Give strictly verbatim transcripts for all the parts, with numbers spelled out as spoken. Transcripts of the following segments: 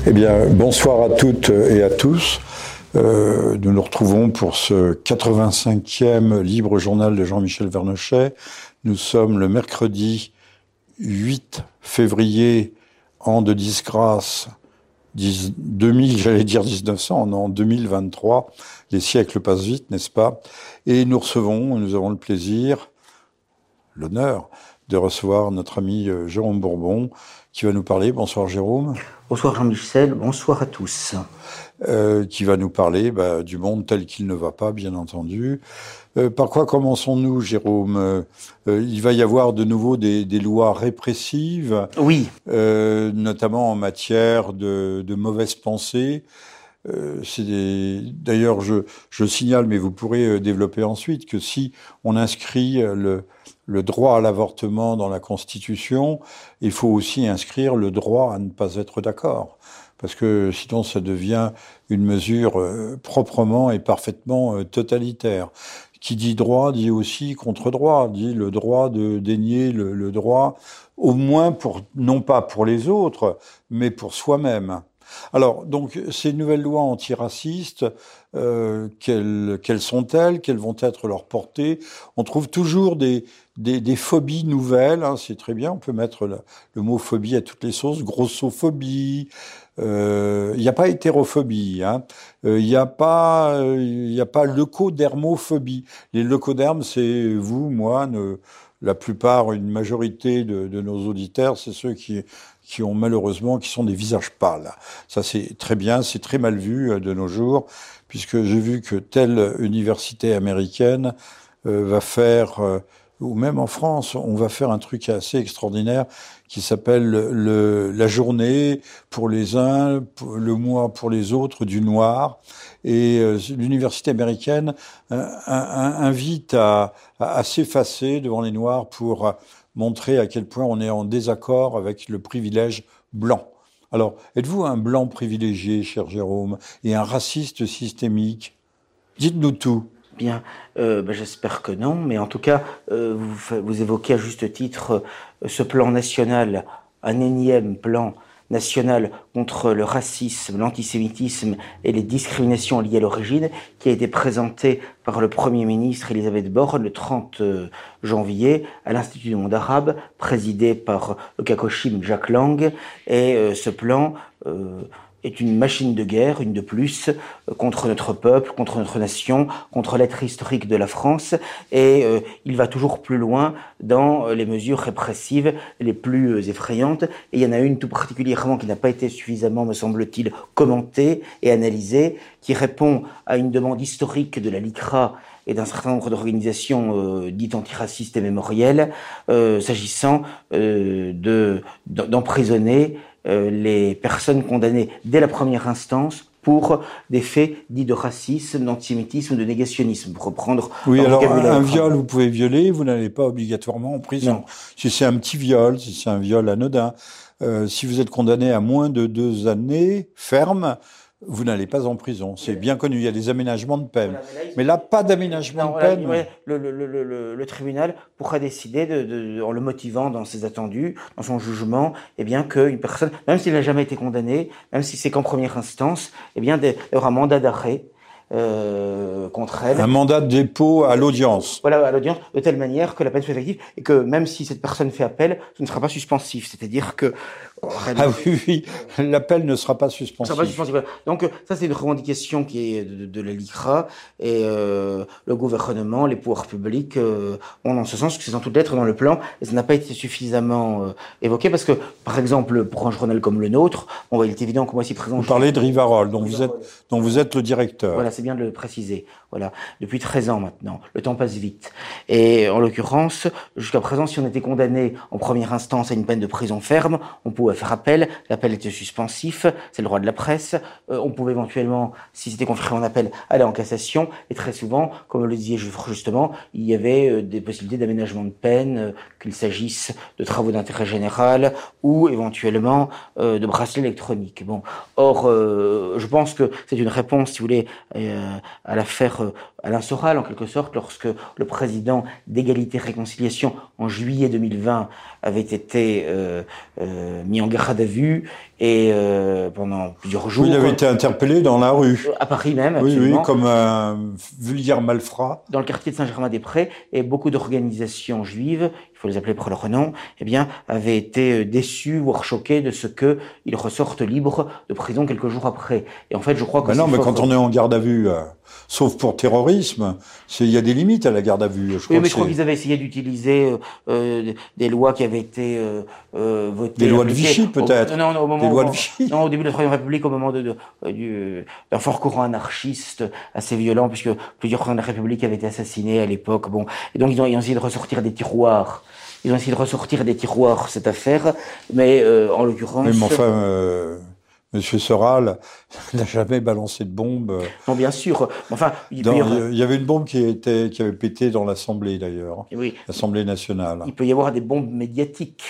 Eh bien, bonsoir à toutes et à tous. Euh, nous nous retrouvons pour ce quatre-vingt-cinquième Libre Journal de Jean-Michel Vernochet. Nous sommes le mercredi huit février, an de disgrâce, deux mille, j'allais dire dix-neuf cents, non, deux mille vingt-trois. Les siècles passent vite, n'est-ce pas? Et nous recevons, nous avons le plaisir, l'honneur de recevoir notre ami Jérôme Bourbon, qui va nous parler. Bonsoir Jérôme. Bonsoir Jean-Michel, bonsoir à tous. Euh, qui va nous parler bah, du monde tel qu'il ne va pas, bien entendu. Euh, par quoi commençons-nous, Jérôme? euh, Il va y avoir de nouveau des, des lois répressives, oui, euh, notamment en matière de, de mauvaise pensée. Euh, c'est des... D'ailleurs, je, je signale, mais vous pourrez développer ensuite, que si on inscrit le, le droit à l'avortement dans la Constitution, il faut aussi inscrire le droit à ne pas être d'accord. Parce que sinon, ça devient une mesure euh, proprement et parfaitement euh, totalitaire. Qui dit droit dit aussi contre-droit, dit le droit de dénier le, le droit, au moins pour, non pas pour les autres, mais pour soi-même. Alors, donc, ces nouvelles lois antiracistes, euh, quelles, quelles sont-elles? Quelles vont être leurs portées? On trouve toujours des, des, des phobies nouvelles, hein, c'est très bien, on peut mettre le, le mot phobie à toutes les sauces, grossophobie, il euh, n'y a pas hétérophobie, hein. Il euh, n'y a pas, il euh, y a pas leucodermophobie. Les leucodermes, c'est vous, moi, ne, la plupart, une majorité de, de nos auditeurs, c'est ceux qui, qui ont malheureusement, qui sont des visages pâles. Ça, c'est très bien, c'est très mal vu euh, de nos jours, puisque j'ai vu que telle université américaine euh, va faire, euh, ou même en France, on va faire un truc assez extraordinaire qui s'appelle le, la journée pour les uns, le mois pour les autres du noir. Et euh, l'université américaine euh, invite à, à, à s'effacer devant les noirs pour montrer à quel point on est en désaccord avec le privilège blanc. Alors, êtes-vous un blanc privilégié, cher Jérôme, et un raciste systémique? Dites-nous tout. Bien, euh, ben j'espère que non, mais en tout cas, euh, vous, vous évoquez à juste titre euh, ce plan national, un énième plan national contre le racisme, l'antisémitisme et les discriminations liées à l'origine, qui a été présenté par le Premier ministre Elisabeth Borne le trente janvier à l'Institut du monde arabe, présidé par le Kakoshim Jack Lang. Et euh, ce plan euh, est une machine de guerre, une de plus, contre notre peuple, contre notre nation, contre l'être historique de la France. Et euh, il va toujours plus loin dans les mesures répressives les plus effrayantes. Et il y en a une tout particulièrement qui n'a pas été suffisamment, me semble-t-il, commentée et analysée, qui répond à une demande historique de la LICRA et d'un certain nombre d'organisations euh, dites antiracistes et mémorielles, euh, s'agissant euh, de, d'emprisonner euh, les personnes condamnées dès la première instance pour des faits dits de racisme, d'antisémitisme, de négationnisme, pour reprendre... Oui, alors un viol, vous pouvez violer, vous n'allez pas obligatoirement en prison. Non. Si c'est un petit viol, si c'est un viol anodin, euh, si vous êtes condamné à moins de deux années fermes, vous n'allez pas en prison. C'est bien connu. Il y a des aménagements de peine. Voilà, mais, là, mais là, pas d'aménagement non, de peine. Là, ouais, le, le, le, le, le tribunal pourra décider, de, de, en le motivant dans ses attendus, dans son jugement, eh bien qu'une personne, même s'il n'a jamais été condamné, même si c'est qu'en première instance, eh bien, il y aura un mandat d'arrêt euh, contre elle. Un mandat de dépôt à l'audience. Voilà, à l'audience, de telle manière que la peine soit effective et que même si cette personne fait appel, ce ne sera pas suspensif. C'est-à-dire que... Ah oui, oui, l'appel ne sera pas suspensif. Sera pas suspensif. Donc ça, c'est une revendication qui est de, de la LICRA et euh, le gouvernement, les pouvoirs publics euh, ont dans ce sens que c'est sans toute lettre dans le plan et ça n'a pas été suffisamment euh, évoqué parce que, par exemple, pour un journal comme le nôtre, bon, il est évident que moi, ici présent... Vous parlez de Rivarol, dont vous êtes, dont vous êtes le directeur. Voilà, c'est bien de le préciser. Voilà, depuis treize ans maintenant, le temps passe vite. Et en l'occurrence, jusqu'à présent, si on était condamné en première instance à une peine de prison ferme, on pouvait faire appel, l'appel était suspensif, c'est le droit de la presse, euh, on pouvait éventuellement, si c'était confirmé en appel, aller en cassation, et très souvent, comme le disait justement, il y avait euh, des possibilités d'aménagement de peine, euh, qu'il s'agisse de travaux d'intérêt général, ou éventuellement euh, de bracelets électroniques. Bon, or, euh, je pense que c'est une réponse, si vous voulez, euh, à l'affaire maître Alain Soral, en quelque sorte, lorsque le président d'Égalité et Réconciliation, en juillet deux mille vingt, avait été euh, euh, mis en garde à vue et euh, pendant plusieurs jours. Oui, il avait été interpellé dans la rue. À Paris même, oui, absolument. Oui, comme un vulgaire malfrat. Dans le quartier de Saint-Germain-des-Prés, et beaucoup d'organisations juives, il faut les appeler par leur nom, eh bien, avaient été déçues, voire choquées de ce qu'ils ressortent libres de prison quelques jours après. Et en fait, je crois que... Ben non, mais quand on est en garde à vue, euh, sauf pour terrorisme, il y a des limites à la garde à vue. Je oui, crois mais je crois qu'ils avaient essayé d'utiliser euh, euh, des lois qui avaient été euh, euh, votées... Des lois de Vichy, peut-être. Non, non, au moment, des lois au, de Vichy. Non, au début de la Troisième République, au moment de, de, de, d'un fort courant anarchiste assez violent, puisque plusieurs présidents de la République avaient été assassinés à l'époque. Bon, et donc ils ont, ils ont essayé de ressortir des tiroirs. Ils ont essayé de ressortir des tiroirs cette affaire, mais euh, en l'occurrence... Mais enfin, euh, Monsieur Soral n'a jamais balancé de bombe. Non, bien sûr. Enfin, il, dans, peut y avoir... il y avait une bombe qui, était, qui avait pété dans l'Assemblée, d'ailleurs. Oui. L'Assemblée nationale. Il peut y avoir des bombes médiatiques,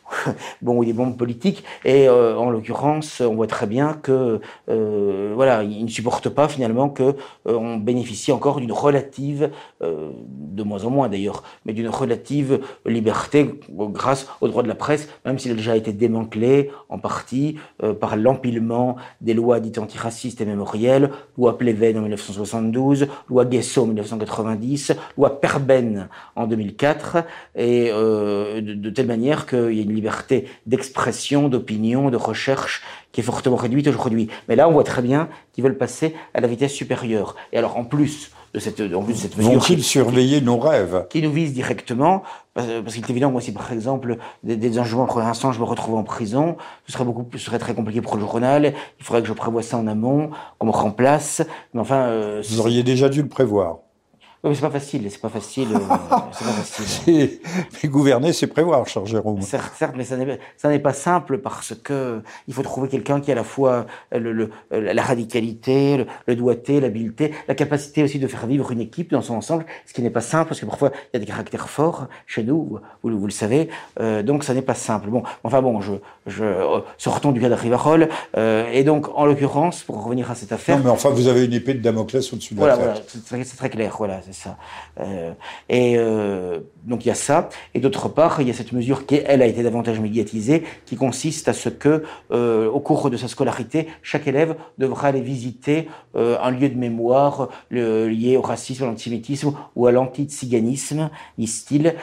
bon, ou des bombes politiques. Et euh, en l'occurrence, on voit très bien que, euh, voilà, ils ne supportent pas finalement que euh, on bénéficie encore d'une relative, euh, de moins en moins d'ailleurs, mais d'une relative liberté grâce au droit de la presse, même s'il a déjà été démantelé en partie euh, par l'empilement des lois dites antiracistes et mémorielles, loi Pleven en mille neuf cent soixante-douze, loi Guesso en mille neuf cent quatre-vingt-dix, loi Perben en deux mille quatre, et euh, de, de telle manière qu'il y a une liberté d'expression, d'opinion, de recherche qui est fortement réduite aujourd'hui. Mais là, on voit très bien qu'ils veulent passer à la vitesse supérieure. Et alors, en plus de cette, en plus de cette mesure... Vont-ils surveiller nos rêves? Qui nous vise directement, parce, parce qu'il est évident que moi, si par exemple, des, des enjeux pour l'instant, je me retrouve en prison, ce serait beaucoup plus, ce serait très compliqué pour le journal, il faudrait que je prévoie ça en amont, qu'on me remplace, mais enfin... Euh, Vous auriez déjà dû le prévoir. Oui, mais c'est pas facile, c'est pas facile, euh, c'est pas facile. Mais gouverner, c'est prévoir, cher Jérôme. Certes, certes, mais ça n'est, ça n'est pas simple parce que il faut trouver quelqu'un qui a à la fois le, le, la radicalité, le, le doigté, l'habileté, la capacité aussi de faire vivre une équipe dans son ensemble, ce qui n'est pas simple parce que parfois il y a des caractères forts chez nous, vous, vous le savez, euh, donc ça n'est pas simple. Bon, enfin bon, je, je euh, sortons du cas de Rivarol, euh, et donc en l'occurrence, pour revenir à cette affaire. Non, mais enfin, vous avez une épée de Damoclès au-dessus de voilà, la tête. Voilà, c'est très, c'est très clair, voilà. Ça. Euh, et euh, donc il y a ça, et d'autre part il y a cette mesure qui elle a été davantage médiatisée, qui consiste à ce que euh, au cours de sa scolarité, chaque élève devra aller visiter euh, un lieu de mémoire le, lié au racisme, à l'antisémitisme ou à l'antiziganisme, disent-ils.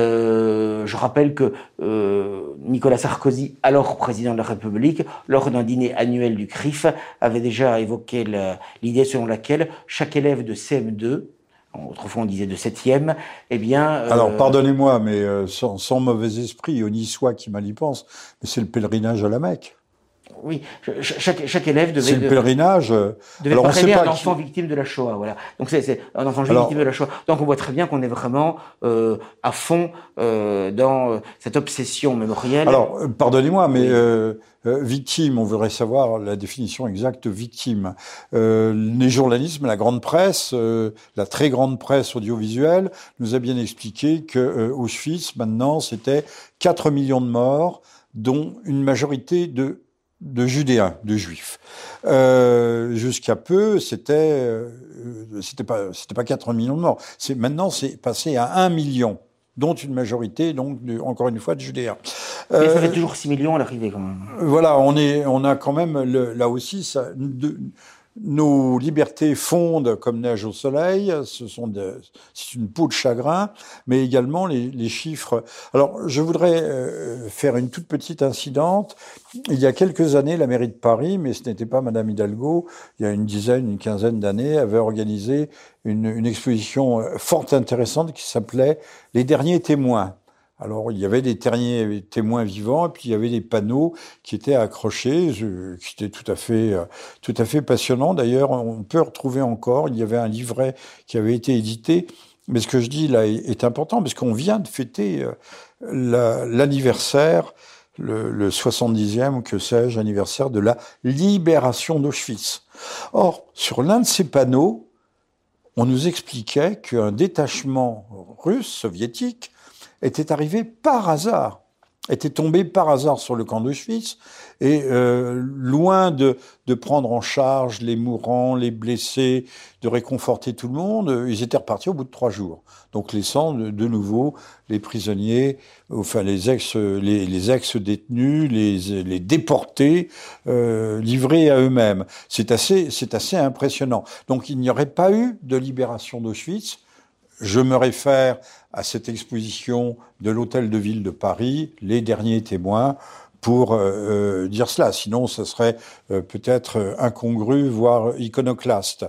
Euh, je rappelle que euh, Nicolas Sarkozy, alors président de la République, lors d'un dîner annuel du C R I F, avait déjà évoqué la, l'idée selon laquelle chaque élève de C M deux, autrefois on disait de septième, eh bien... Euh... Alors, pardonnez-moi, mais euh, sans, sans mauvais esprit, au niçois qui mal y pense, mais c'est le pèlerinage à la Mecque. Oui, chaque, chaque élève devait... C'est le pèlerinage... devait alors parrainer un enfant qui... victime de la Shoah, voilà. Donc c'est, c'est un enfant alors... victime de la Shoah. Donc on voit très bien qu'on est vraiment euh, à fond euh, dans euh, cette obsession mémorielle. Alors, euh, pardonnez-moi, mais... Oui. Euh, Euh, victime, on voudrait savoir la définition exacte de victime. Euh, les journalistes, la grande presse, euh, la très grande presse audiovisuelle, nous a bien expliqué que euh, Auschwitz, maintenant, c'était quatre millions de morts, dont une majorité de de Judéens, de Juifs. Euh, jusqu'à peu, c'était euh, c'était pas c'était pas quatre millions de morts. C'est maintenant c'est passé à un million. Dont une majorité, donc, de, encore une fois, de Judéens. Mais euh, ça fait toujours six millions à l'arrivée, quand même. Voilà, on est, on a quand même, le, là aussi, ça, de, nos libertés fondent comme neige au soleil, ce sont de, c'est une peau de chagrin, mais également les, les chiffres. Alors, je voudrais euh, faire une toute petite incidente. Il y a quelques années, la mairie de Paris, mais ce n'était pas Madame Hidalgo, il y a une dizaine, une quinzaine d'années, avait organisé une, une exposition fort intéressante qui s'appelait « Les derniers témoins ». Alors, il y avait des derniers témoins vivants, et puis il y avait des panneaux qui étaient accrochés, qui étaient tout à fait, tout à fait passionnants. D'ailleurs, on peut retrouver encore, il y avait un livret qui avait été édité. Mais ce que je dis là est important, parce qu'on vient de fêter la, l'anniversaire, le, le soixante-dixième, que sais-je, anniversaire de la libération d'Auschwitz. Or, sur l'un de ces panneaux, on nous expliquait qu'un détachement russe, soviétique, était arrivé par hasard était tombé par hasard sur le camp d'Auschwitz et euh, loin de, de prendre en charge les mourants, les blessés, de réconforter tout le monde, ils étaient repartis au bout de trois jours. Donc laissant de, de nouveau les prisonniers, enfin les ex, les, les ex-détenus, les, les déportés euh, livrés à eux-mêmes. C'est assez, c'est assez impressionnant. Donc il n'y aurait pas eu de libération d'Auschwitz. Je me réfère à cette exposition de l'Hôtel de Ville de Paris, Les Derniers Témoins, pour euh, dire cela. Sinon, ça serait euh, peut-être incongru, voire iconoclaste.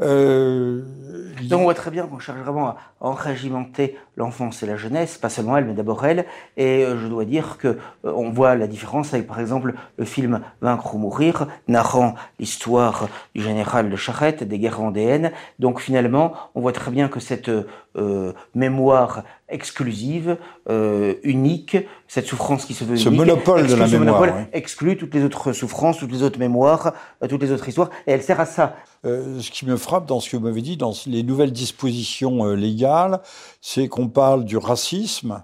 Euh, Donc on voit très bien qu'on cherche vraiment à enrégimenter l'enfance et la jeunesse, pas seulement elle, mais d'abord elle. Et euh, je dois dire que euh, on voit la différence avec, par exemple, le film Vaincre ou mourir, narrant l'histoire du général de Charette, des guerres vendéennes. Donc finalement, on voit très bien que cette euh, mémoire exclusive, euh, unique, cette souffrance qui se veut ce unique, monopole de la ce mémoire, monopole ouais. exclut toutes les autres souffrances, toutes les autres mémoires, euh, toutes les autres histoires, et elle sert à ça. Euh, ce qui me frappe dans ce que vous m'avez dit, dans les nouvelles dispositions euh, légales, c'est qu'on parle du racisme.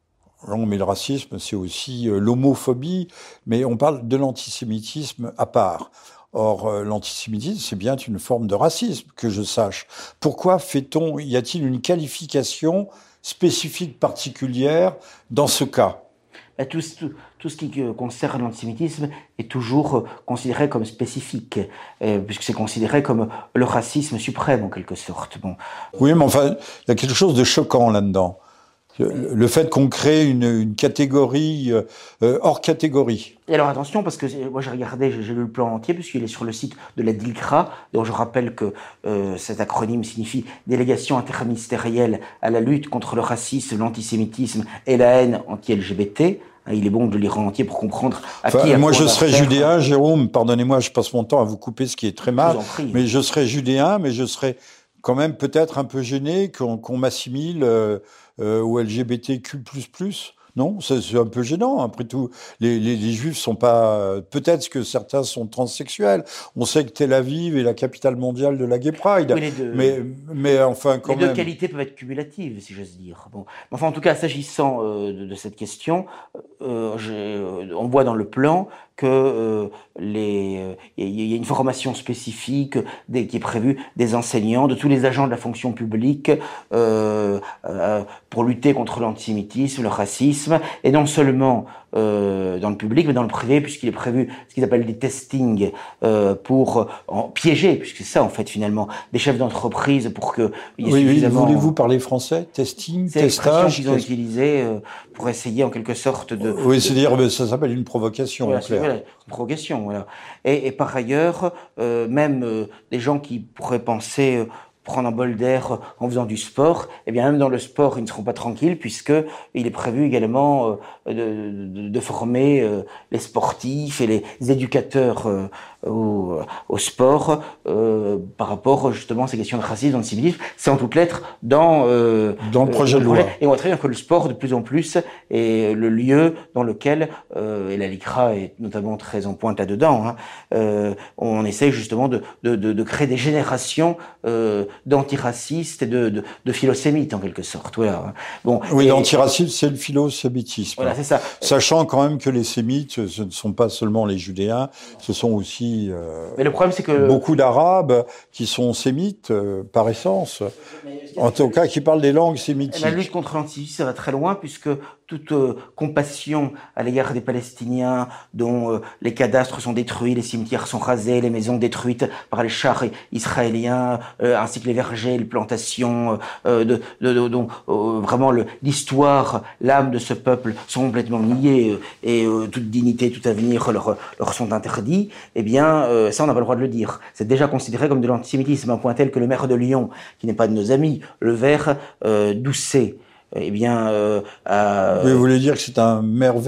Non, mais le racisme, c'est aussi euh, l'homophobie, mais on parle de l'antisémitisme à part. Or, euh, l'antisémitisme, c'est bien une forme de racisme, que je sache. Pourquoi fait-on, y a-t-il une qualification spécifique particulière dans ce cas? Ben, tout, tout, tout ce qui concerne l'antisémitisme est toujours considéré comme spécifique, euh, puisque c'est considéré comme le racisme suprême, en quelque sorte. Bon. Oui, mais enfin, il y a quelque chose de choquant là-dedans. Le, le fait qu'on crée une, une catégorie euh, hors catégorie. Et alors attention, parce que moi j'ai regardé, j'ai lu le plan entier, puisqu'il est sur le site de la DILCRA, dont je rappelle que euh, cet acronyme signifie Délégation interministérielle à la lutte contre le racisme, l'antisémitisme et la haine anti-L G B T. Il est bon de le lire en entier pour comprendre à enfin, qui... Moi, je serais judéen, Jérôme, pardonnez-moi, je passe mon temps à vous couper, ce qui est très mal, prie, mais je serais judéen, mais je serais quand même peut-être un peu gêné qu'on, qu'on m'assimile euh, euh, au L G B T Q plus plus. Non, c'est un peu gênant. Après tout, les, les, les Juifs sont pas. Peut-être que certains sont transsexuels. On sait que Tel Aviv est la capitale mondiale de la Gay Pride. Oui, les deux, mais, mais enfin, quand les même. deux qualités peuvent être cumulatives, si j'ose dire. Bon, enfin, en tout cas, s'agissant euh, de, de cette question, euh, j'ai, on voit dans le plan que euh, les, il euh, y a une formation spécifique des, qui est prévue des enseignants, de tous les agents de la fonction publique euh, euh, pour lutter contre l'antisémitisme, le racisme, et non seulement euh, dans le public, mais dans le privé, puisqu'il est prévu ce qu'ils appellent des testings euh, pour en piéger, puisque c'est ça en fait finalement, des chefs d'entreprise pour que il y ait oui, suffisamment... Oui, voulez-vous parler français? Testing, c'est testage qu'ils ont test... utilisé euh, pour essayer en quelque sorte de... Oui, c'est-à-dire de... ça s'appelle une provocation, voilà, en clair. Voilà, une provocation, voilà. Et, et par ailleurs, euh, même euh, des gens qui pourraient penser... Euh, prendre un bol d'air en faisant du sport, eh bien même dans le sport, ils ne seront pas tranquilles puisque il est prévu également euh, de, de, de former euh, les sportifs et les éducateurs euh, au, au sport euh, par rapport justement à ces questions de racisme, d'antisémitisme. C'est en toutes lettres dans euh, dans le projet euh, de loi. Et on voit très bien que le sport de plus en plus est le lieu dans lequel euh, et la LICRA est notamment très en pointe là-dedans. Hein, euh, on essaye justement de, de, de, de créer des générations euh, d'antiracistes et de, de, de philosémites en quelque sorte. Voilà. Bon, oui, et, l'antiracisme, c'est le philosémitisme. Voilà, c'est ça. Sachant quand même que les sémites, ce ne sont pas seulement les Judéens, ce sont aussi euh, Mais le problème, c'est que... beaucoup d'Arabes qui sont sémites euh, par essence. En tout cas, qui parlent des langues sémitiques. La lutte contre l'antisémitisme, ça va très loin puisque toute euh, compassion à l'égard des Palestiniens dont euh, les cadastres sont détruits, les cimetières sont rasés, les maisons détruites par les chars israéliens, euh, ainsi que les vergers, les plantations, euh, de, de, de, dont euh, vraiment le, l'histoire, l'âme de ce peuple sont complètement niées euh, et euh, toute dignité, tout avenir leur, leur sont interdits, eh bien euh, ça on n'a pas le droit de le dire. C'est déjà considéré comme de l'antisémitisme, à un point tel que le maire de Lyon, qui n'est pas de nos amis, le vert euh, Doucet, eh bien, euh, euh, vous voulez dire que c'est un maire vert?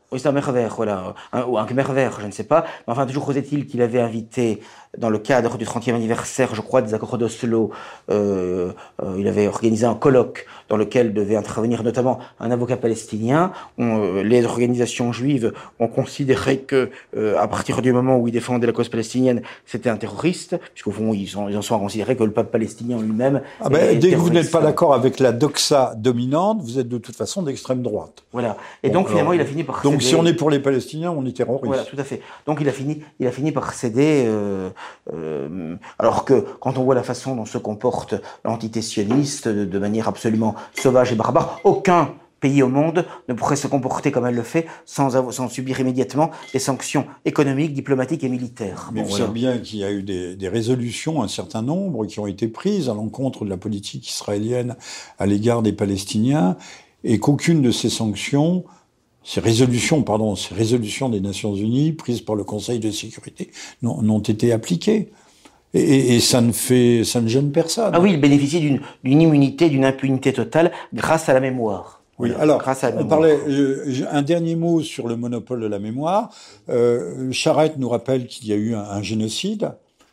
Oui, c'est un Khmer, voilà, un, ou un Khmer vert, je ne sais pas. Mais enfin, toujours est-il qu'il avait invité, dans le cadre du trentième anniversaire, je crois, des accords d'Oslo, euh, euh, il avait organisé un colloque dans lequel devait intervenir notamment un avocat palestinien. On, euh, les organisations juives ont considéré que, euh, à partir du moment où il défendait la cause palestinienne, c'était un terroriste, puisqu'au fond, ils, sont, ils en sont à considérer que le peuple palestinien lui-même. Ah ben, dès que vous n'êtes pas d'accord avec la doxa dominante, vous êtes de toute façon d'extrême droite. Voilà. Et bon, donc, finalement, alors, il a fini par Donc, céder. si on est pour les Palestiniens, on est terroriste. Voilà, tout à fait. Donc, il a fini, il a fini par céder. Euh, euh, alors que, quand on voit la façon dont se comporte l'entité sioniste, de, de manière absolument sauvage et barbare, aucun pays au monde ne pourrait se comporter comme elle le fait sans, avoir, sans subir immédiatement des sanctions économiques, diplomatiques et militaires. Mais bon, vous voilà. savez bien qu'il y a eu des, des résolutions, un certain nombre, qui ont été prises à l'encontre de la politique israélienne à l'égard des Palestiniens, et qu'aucune de ces sanctions, ces résolutions, pardon, ces résolutions des Nations Unies prises par le Conseil de sécurité n'ont, n'ont été appliquées. Et, et, et ça ne fait, ça ne gêne personne. Ah oui, il bénéficie d'une, d'une immunité, d'une impunité totale grâce à la mémoire. Oui, Voilà, alors, grâce à on parlait, euh, un dernier mot sur le monopole de la mémoire. Euh, Charette nous rappelle qu'il y a eu un, un génocide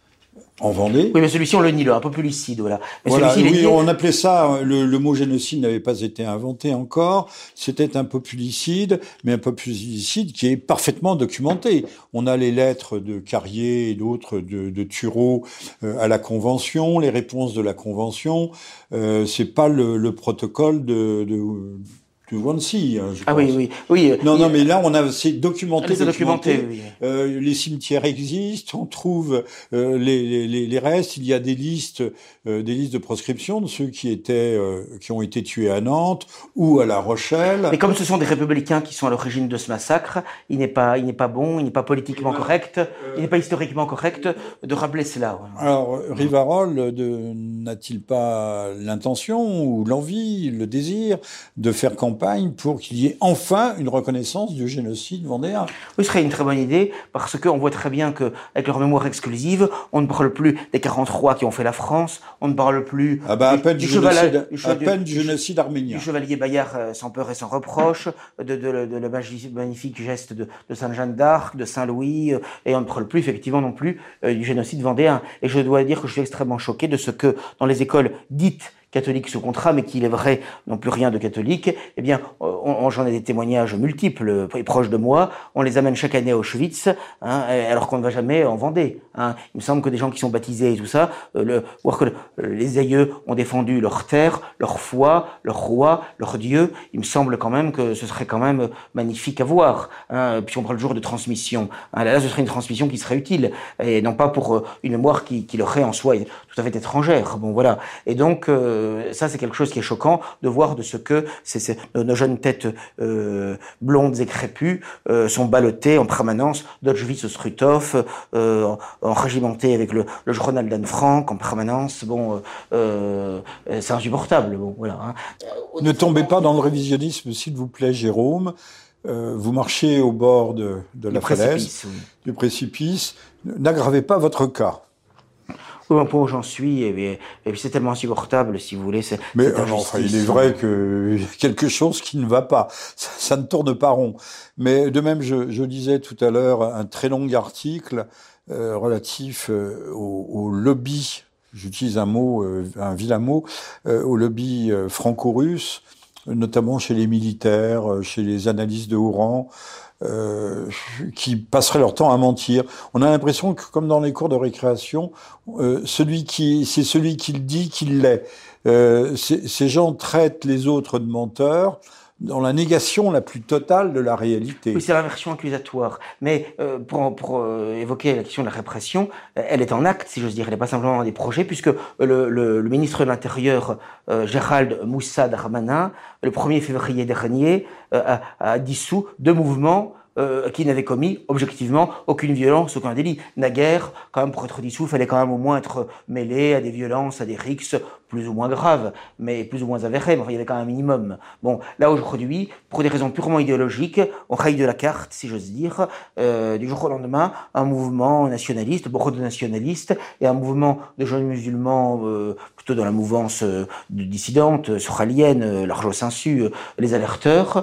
en Vendée. Oui, mais celui-ci, on le nie, là, un peu populicide, voilà. Mais voilà, celui-ci, oui, il est on appelait ça, le, le mot génocide n'avait pas été inventé encore, c'était un populicide, mais un populicide qui est parfaitement documenté. On a les lettres de Carrier et d'autres de, de Thureau euh, à la Convention, les réponses de la Convention, euh, c'est pas le, le protocole de... de de Wannsee, hein, je ah pense. oui, oui, oui. Non, il, non, mais là, on a, c'est documenté, c'est documenté. documenté, oui. Euh, les cimetières existent, on trouve euh, les, les, les restes. Il y a des listes, euh, des listes de proscription de ceux qui étaient, euh, qui ont été tués à Nantes ou à La Rochelle. Mais comme ce sont des républicains qui sont à l'origine de ce massacre, il n'est pas, il n'est pas bon, il n'est pas politiquement ben, correct, euh, il n'est pas historiquement correct de rappeler cela. Alors, Rivarol de, n'a-t-il pas l'intention ou l'envie, le désir de faire campagne pour qu'il y ait enfin une reconnaissance du génocide vendéen? Oui, ce serait une très bonne idée, parce qu'on voit très bien qu'avec leur mémoire exclusive, on ne parle plus des quarante-trois qui ont fait la France, on ne parle plus ah bah, à peine du, du, génocide, du, à peine du, du génocide arménien. Du chevalier Bayard euh, sans peur et sans reproche, de, de, de, de le magnifique geste de, de Sainte-Jeanne d'Arc, de Saint-Louis, euh, et on ne parle plus effectivement non plus euh, du génocide vendéen. Et je dois dire que je suis extrêmement choqué de ce que, dans les écoles dites catholiques sous contrat, mais qu'il est vrai, n'ont plus rien de catholique, eh bien, on, on, j'en ai des témoignages multiples, proches de moi, on les amène chaque année à Auschwitz, hein, alors qu'on ne va jamais en Vendée. Hein. Il me semble que des gens qui sont baptisés et tout ça, euh, le, voir que le, les aïeux ont défendu leur terre, leur foi, leur roi, leur Dieu, il me semble quand même que ce serait quand même magnifique à voir, hein, puisqu'on parle toujours de transmission. Hein, là, ce serait une transmission qui serait utile, et non pas pour une mémoire qui, qui leur est en soi tout à fait étrangère. Bon, voilà. Et donc, euh, ça, c'est quelque chose qui est choquant de voir de ce que c'est, c'est, nos jeunes têtes euh, blondes et crépues euh, sont ballottées en permanence d'Auschwitz au Struthof, euh, enrégimentées avec le, le journal d'Anne Frank en permanence. Bon, euh, euh, c'est insupportable. Bon, voilà. Hein. Ne tombez pas dans le révisionnisme, s'il vous plaît, Jérôme. Euh, vous marchez au bord de, de la falaise, oui. du précipice. N'aggravez pas votre cas. Oui, un point où j'en suis, et, et, et puis c'est tellement insupportable, si vous voulez. C'est, Mais c'est enfin, il est vrai qu'il y a quelque chose qui ne va pas. Ça, ça ne tourne pas rond. Mais de même, je, je lisais tout à l'heure un très long article euh, relatif euh, au, au lobby, j'utilise un mot, euh, un vilain mot, euh, au lobby euh, franco-russe, notamment chez les militaires, euh, chez les analystes de haut rang, Euh, qui passeraient leur temps à mentir. On a l'impression que, comme dans les cours de récréation, euh, celui qui, c'est celui qui le dit qu'il l'est. Euh, ces gens traitent les autres de menteurs dans la négation la plus totale de la réalité. Oui, c'est l'inversion accusatoire. Mais euh, pour, pour euh, évoquer la question de la répression, elle est en acte, si j'ose dire. Elle n'est pas simplement dans des projets, puisque le, le, le ministre de l'Intérieur, euh, Gérald Moussa Darmanin, le premier février dernier, euh, a, a dissous deux mouvements Euh, qui n'avait commis, objectivement, aucune violence, aucun délit. Naguère, quand même, pour être dissous, il fallait quand même au moins être mêlé à des violences, à des rixes plus ou moins graves, mais plus ou moins avérées, mais enfin, il y avait quand même un minimum. Bon, là, aujourd'hui, pour des raisons purement idéologiques, on raye de la carte, si j'ose dire, euh, du jour au lendemain, un mouvement nationaliste, beaucoup de nationalistes, et un mouvement de jeunes musulmans, euh, plutôt dans la mouvance euh, dissidente, suralienne, euh, Larjo Saint-Su, euh, les alerteurs,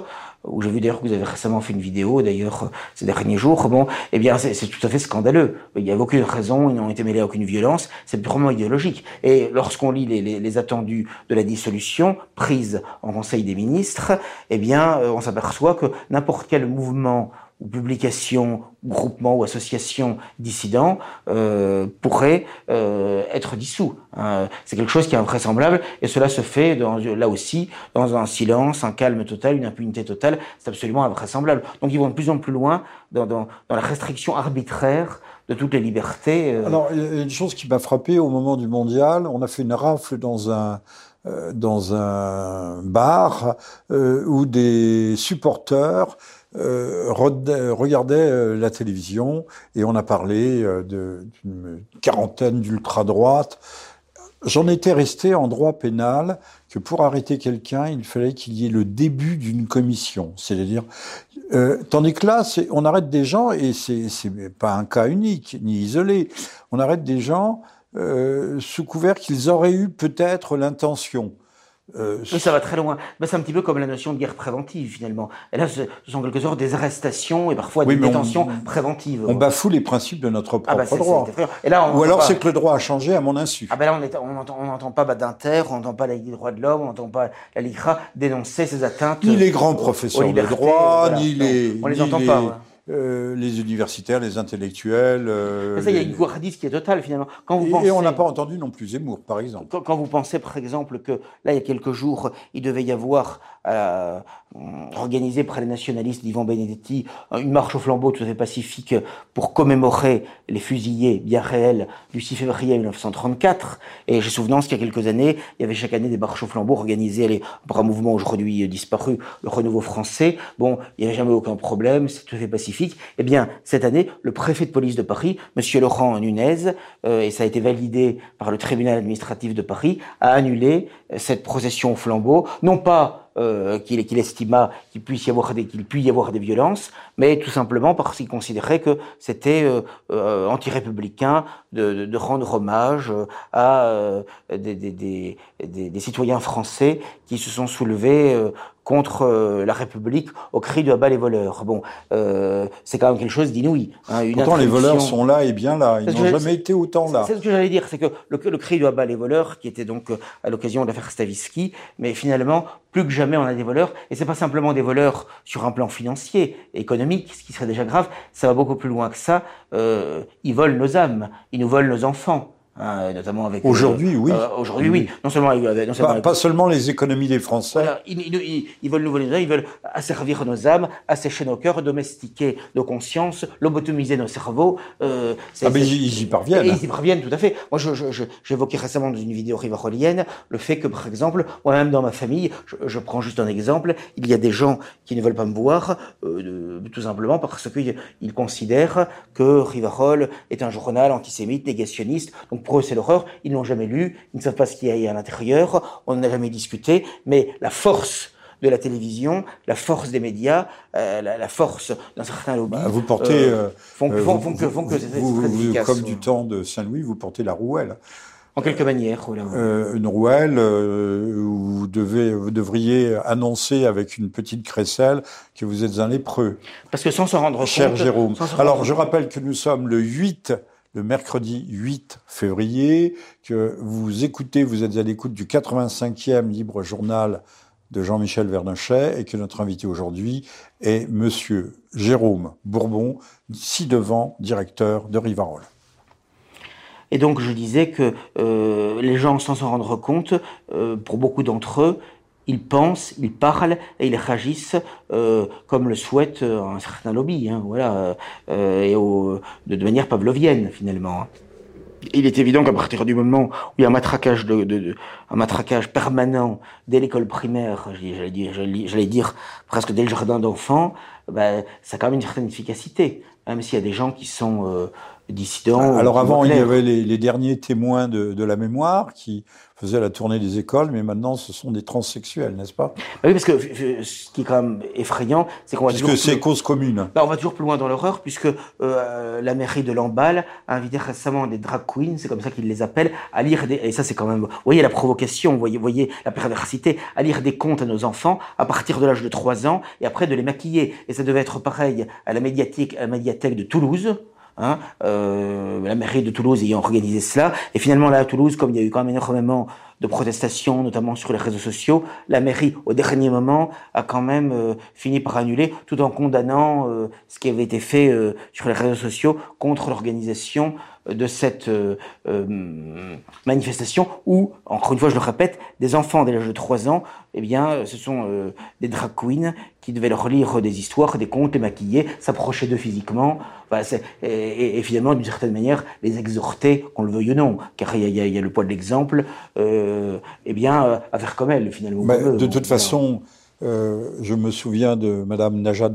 où j'ai vu d'ailleurs que vous avez récemment fait une vidéo, d'ailleurs, ces derniers jours, bon, eh bien, c'est, c'est tout à fait scandaleux. Il n'y avait aucune raison, ils n'ont été mêlés à aucune violence, c'est purement idéologique. Et lorsqu'on lit les, les, les attendus de la dissolution, prise en Conseil des ministres, eh bien, on s'aperçoit que n'importe quel mouvement ou publication, ou groupement ou association dissident euh, pourrait euh, être dissous. Hein. C'est quelque chose qui est invraisemblable et cela se fait dans, là aussi dans un silence, un calme total, une impunité totale. C'est absolument invraisemblable. Donc ils vont de plus en plus loin dans, dans, dans la restriction arbitraire de toutes les libertés. Euh. Alors il y a une chose qui m'a frappé au moment du mondial, on a fait une rafle dans un euh, dans un bar euh, où des supporters Euh, regardait euh, la télévision et on a parlé euh, de, d'une quarantaine d'ultra-droites. J'en étais resté en droit pénal que pour arrêter quelqu'un, il fallait qu'il y ait le début d'une commission. C'est-à-dire, euh, tandis que là, c'est, on arrête des gens, et c'est, c'est pas un cas unique ni isolé, on arrête des gens euh, sous couvert qu'ils auraient eu peut-être l'intention. Euh, ça va très loin. Ben, c'est un petit peu comme la notion de guerre préventive, finalement. Et là, ce sont en quelque sorte des arrestations et parfois oui, des détentions on, préventives. On bafoue les principes de notre propre ah ben c'est, droit. C'est et là, on Ou alors pas... c'est que le droit a changé à mon insu. Ah ben là, on n'entend on on pas Badinter, on n'entend pas la Ligue des droits de l'homme, on n'entend pas la LICRA dénoncer ces atteintes. Ni les grands professeurs de droit, voilà. ni les... On les ni entend les... pas. Ouais. Euh, les universitaires, les intellectuels. Euh, ça, il les... y a une couardise qui est totale finalement. Quand vous et, pensez... et on n'a pas entendu non plus Zemmour, par exemple. Quand, quand vous pensez, par exemple, que là, il y a quelques jours, il devait y avoir euh, organisé près des nationalistes d'Ivan Benedetti une marche au flambeau tout à fait pacifique pour commémorer les fusillés bien réels du six février mille neuf cent trente-quatre. Et j'ai souvenance qu'il y a quelques années, il y avait chaque année des marches au flambeau organisées allez, par un mouvement aujourd'hui disparu, le Renouveau Français. Bon, il n'y avait jamais aucun problème, c'est tout à fait pacifique. Eh bien, cette année, le préfet de police de Paris, Monsieur Laurent Nunez, euh, et ça a été validé par le tribunal administratif de Paris, a annulé euh, cette procession au flambeau, non pas Euh, qu'il, qu'il estima qu'il puisse y avoir des, qu'il puisse y avoir des violences, mais tout simplement parce qu'il considérait que c'était euh, euh, anti-républicain de, de, de rendre hommage à euh, des, des, des, des, des citoyens français qui se sont soulevés euh, contre euh, la République au cri de « à bas les voleurs ». Bon, euh, c'est quand même quelque chose d'inouï. Hein, une Pourtant, les voleurs sont là et bien là. Ils c'est n'ont jamais été autant là. C'est ce que j'allais dire, c'est que le, le cri de « à bas les voleurs », qui était donc à l'occasion de l'affaire Stavisky, mais finalement, plus que jamais, on a des voleurs. Et c'est pas simplement des voleurs sur un plan financier, économique, ce qui serait déjà grave. Ça va beaucoup plus loin que ça. Euh, ils volent nos âmes. Ils nous volent nos enfants. Hein, notamment avec aujourd'hui, euh, oui. Euh, aujourd'hui, oui. Non seulement, avec, non seulement pas, avec, pas seulement les économies des Français. Voilà, ils, ils, ils, ils veulent nous voler nos âmes, ils veulent asservir nos âmes, assécher nos cœurs, domestiquer nos consciences, lobotomiser nos cerveaux. Euh, c'est, ah mais c'est, ils y parviennent. Et ils y parviennent, tout à fait. Moi, je, je, je, j'évoquais récemment dans une vidéo rivarolienne le fait que, par exemple, moi-même dans ma famille, je, je prends juste un exemple, il y a des gens qui ne veulent pas me voir, euh, tout simplement parce qu'ils ils considèrent que Rivarol est un journal antisémite, négationniste. Donc pour eux, c'est l'horreur. Ils n'ont jamais lu, ils ne savent pas ce qu'il y a à l'intérieur, on n'en a jamais discuté, mais la force de la télévision, la force des médias, euh, la, la force d'un certain lobby, bah, vous portez, euh, font, euh, font, vous, font que, font que c'est, vous, c'est très vous, efficace. Comme ouais. Du temps de Saint-Louis, vous portez la rouelle. En quelque manière, voilà. Euh, une rouelle euh, où vous, devez, vous devriez annoncer avec une petite crécelle que vous êtes un lépreux. Parce que sans s'en rendre Cher compte... Cher Jérôme. Alors, rendre je rappelle que nous sommes le huit... le mercredi huit février, que vous écoutez, vous êtes à l'écoute du quatre-vingt-cinquième Libre Journal de Jean-Michel Vernochet, et que notre invité aujourd'hui est Monsieur Jérôme Bourbon, ci-devant directeur de Rivarol. Et donc je disais que euh, les gens, sans s'en rendre compte, euh, pour beaucoup d'entre eux, ils pensent, ils parlent et ils réagissent euh, comme le souhaite un certain lobby, hein, voilà, euh, et au, de, de manière pavlovienne finalement. Il est évident qu'à partir du moment où il y a un matraquage, de, de, de, un matraquage permanent dès l'école primaire, j'allais dire, j'allais dire presque dès le jardin d'enfants, ben, ça a quand même une certaine efficacité. Même s'il y a des gens qui sont euh, dissidents. Alors avant, il y avait les, les derniers témoins de, de la mémoire qui faisaient la tournée des écoles, mais maintenant, ce sont des transsexuels, n'est-ce pas? Bah oui, parce que ce qui est quand même effrayant, c'est qu'on va toujours... Parce que c'est cause commune. Bah, on va toujours plus loin dans l'horreur, puisque euh, la mairie de Lamballe a invité récemment des drag queens, c'est comme ça qu'ils les appellent, à lire des... Et ça, c'est quand même... Vous voyez la provocation, vous voyez, vous voyez la perversité, à lire des contes à nos enfants à partir de l'âge de trois ans, et après de les maquiller. Et ça devait être pareil à la médiathèque, à la médiathèque de Toulouse, Hein, euh, la mairie de Toulouse ayant organisé cela, et finalement là à Toulouse, comme il y a eu quand même énormément de protestations, notamment sur les réseaux sociaux, la mairie au dernier moment a quand même euh, fini par annuler, tout en condamnant euh, ce qui avait été fait euh, sur les réseaux sociaux contre l'organisation de cette euh, euh, manifestation où, encore une fois je le répète, des enfants dès l'âge de trois ans, eh bien ce sont euh, des drag queens qui devaient leur lire des histoires, des contes, les maquiller, s'approcher d'eux physiquement, enfin, c'est, et, et, et finalement d'une certaine manière les exhorter, qu'on le veuille ou non, car il y a, il y a le poids de l'exemple, euh, eh bien euh, à faire comme elle finalement. Mais, veut, de toute bien. façon, euh, je me souviens de Madame Najat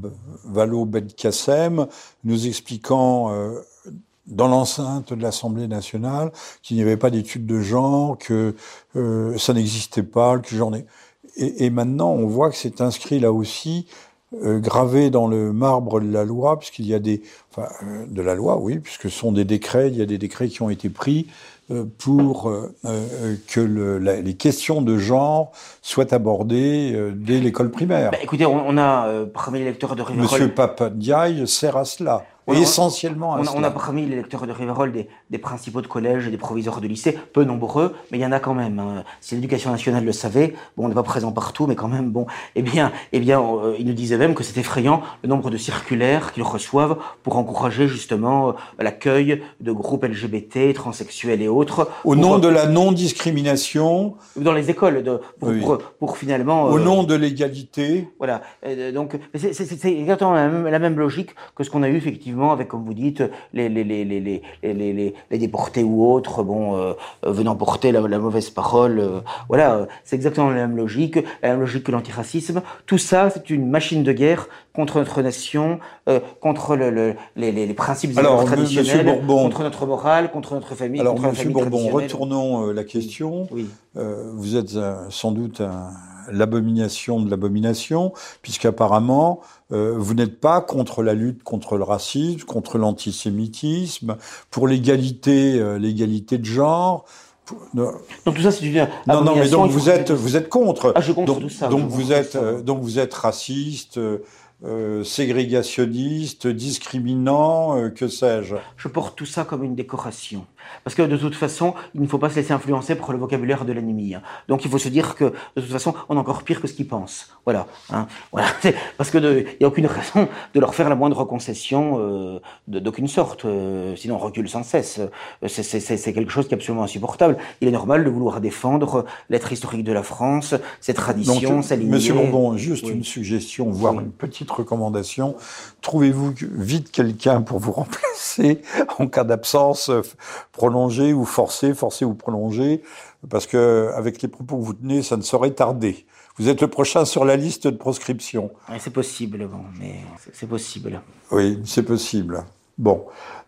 Vallaud-Belkacem nous expliquant euh, dans l'enceinte de l'Assemblée nationale qu'il n'y avait pas d'études de genre, que euh, ça n'existait pas, que j'en ai... Et, et maintenant, on voit que c'est inscrit là aussi, euh, gravé dans le marbre de la loi, puisqu'il y a des... Enfin, euh, de la loi, oui, puisque ce sont des décrets, il y a des décrets qui ont été pris euh, pour euh, euh, que le, la, les questions de genre soient abordées euh, dès l'école primaire. Bah, écoutez, on, on a euh, parmi les lecteurs de Riverol... Monsieur Papandiaï sert à cela. On a, essentiellement à on a, cela. On a parmi les lecteurs de Riverol des, des principaux de collège et des proviseurs de lycée, peu nombreux, mais il y en a quand même. Hein. Si l'éducation nationale le savait, bon, on n'est pas présent partout, mais quand même, bon, eh bien, eh bien, euh, ils nous disaient même que c'est effrayant le nombre de circulaires qu'ils reçoivent pour encourager justement euh, l'accueil de groupes L G B T, transsexuels et autres. Au pour, nom de la non-discrimination. Dans les écoles, de, pour, oui. pour, pour finalement. Au euh, nom de l'égalité. Voilà. Euh, donc, c'est, c'est, c'est exactement la même, la même logique que ce qu'on a eu effectivement avec, comme vous dites, les, les, les, les, les, les, les, les déportés ou autres, bon, euh, venant porter la, la mauvaise parole. Euh, voilà, c'est exactement la même logique, la même logique que l'antiracisme. Tout ça, c'est une machine de guerre contre notre nation, euh, contre le, le, les, les principes Alors, traditionnels, Bourbon, contre notre morale, contre notre famille. Alors, contre Monsieur Bourbon, retournons euh, la question. Oui. Euh, vous êtes euh, sans doute un, l'abomination de l'abomination, puisqu'apparemment, euh, vous n'êtes pas contre la lutte contre le racisme, contre l'antisémitisme, pour l'égalité, euh, l'égalité de genre. Pour, non. Donc tout ça, c'est une non, non, mais donc vous êtes, vous êtes contre. Ah, je contre donc, tout ça. Donc vous êtes, euh, donc vous êtes raciste. Euh, Euh, ségrégationniste, discriminant, euh, que sais-je. Je porte tout ça comme une décoration. Parce que de toute façon, il ne faut pas se laisser influencer par le vocabulaire de l'ennemi. Hein. Donc il faut se dire que de toute façon, on est encore pire que ce qu'ils pensent. Voilà. Hein. Voilà. Parce que il n'y a aucune raison de leur faire la moindre concession euh, de, d'aucune sorte. Euh, sinon, on recule sans cesse. C'est, c'est, c'est, c'est quelque chose qui est absolument insupportable. Il est normal de vouloir défendre l'être historique de la France, ses traditions, sa lignée. Monsieur Bourbon, juste oui. une suggestion, voire oui. une petite recommandation. Trouvez-vous vite quelqu'un pour vous remplacer en cas d'absence prolongée ou forcée, forcée ou prolongée, parce que avec les propos que vous tenez, ça ne saurait tarder. Vous êtes le prochain sur la liste de proscription. Oui, c'est possible, bon, mais c'est possible. Oui, c'est possible. Bon,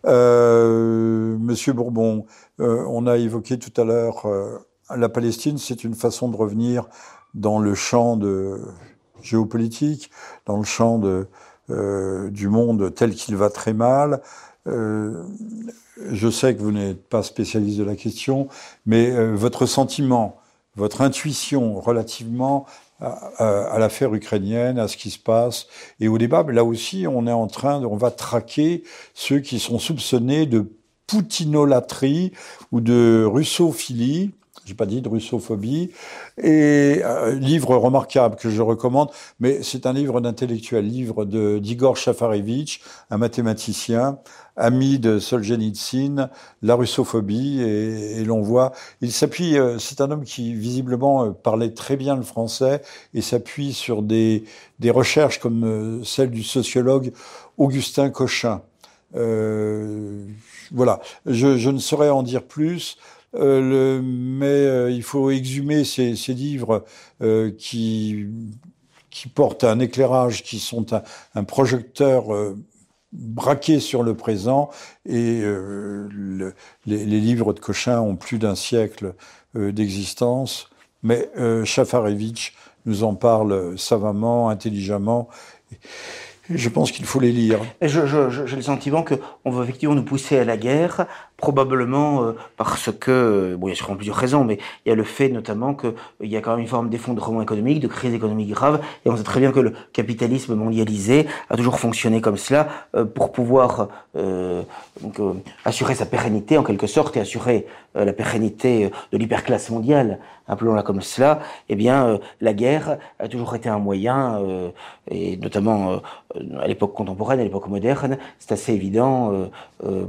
euh, Monsieur Bourbon, euh, on a évoqué tout à l'heure euh, la Palestine, c'est une façon de revenir dans le champ de géopolitique, dans le champ de, euh, du monde tel qu'il va très mal. Euh, je sais que vous n'êtes pas spécialiste de la question, mais euh, votre sentiment, votre intuition relativement à, à, à l'affaire ukrainienne, à ce qui se passe, et au débat, là aussi, on est en train de, on va traquer ceux qui sont soupçonnés de poutinolâtrie ou de russophilie. J'ai pas dit de russophobie, et un livre remarquable que je recommande, mais c'est un livre d'intellectuel, livre de d'Igor Shafarevitch, un mathématicien, ami de Solzhenitsyn, la russophobie, et, et l'on voit, il s'appuie, c'est un homme qui visiblement parlait très bien le français, et s'appuie sur des, des recherches comme celle du sociologue Augustin Cochin. Euh, voilà, je, je ne saurais en dire plus. Euh, le, mais euh, il faut exhumer ces, ces livres euh, qui, qui portent un éclairage, qui sont un, un projecteur euh, braqué sur le présent, et euh, le, les, les livres de Cochin ont plus d'un siècle euh, d'existence, mais euh, Shafarevitch nous en parle savamment, intelligemment. Je pense qu'il faut les lire. Et je, je, je, j'ai le sentiment qu'on veut effectivement nous pousser à la guerre, probablement euh, parce que, bon, il y a sûrement plusieurs raisons, mais il y a le fait notamment qu'il y a quand même une forme d'effondrement économique, de crise économique grave, et on sait très bien que le capitalisme mondialisé a toujours fonctionné comme cela euh, pour pouvoir euh, donc, euh, assurer sa pérennité en quelque sorte et assurer euh, la pérennité de l'hyperclasse mondiale, appelons-la comme cela. Eh bien, euh, la guerre a toujours été un moyen, euh, et notamment euh, à l'époque contemporaine, à l'époque moderne, c'est assez évident euh, euh,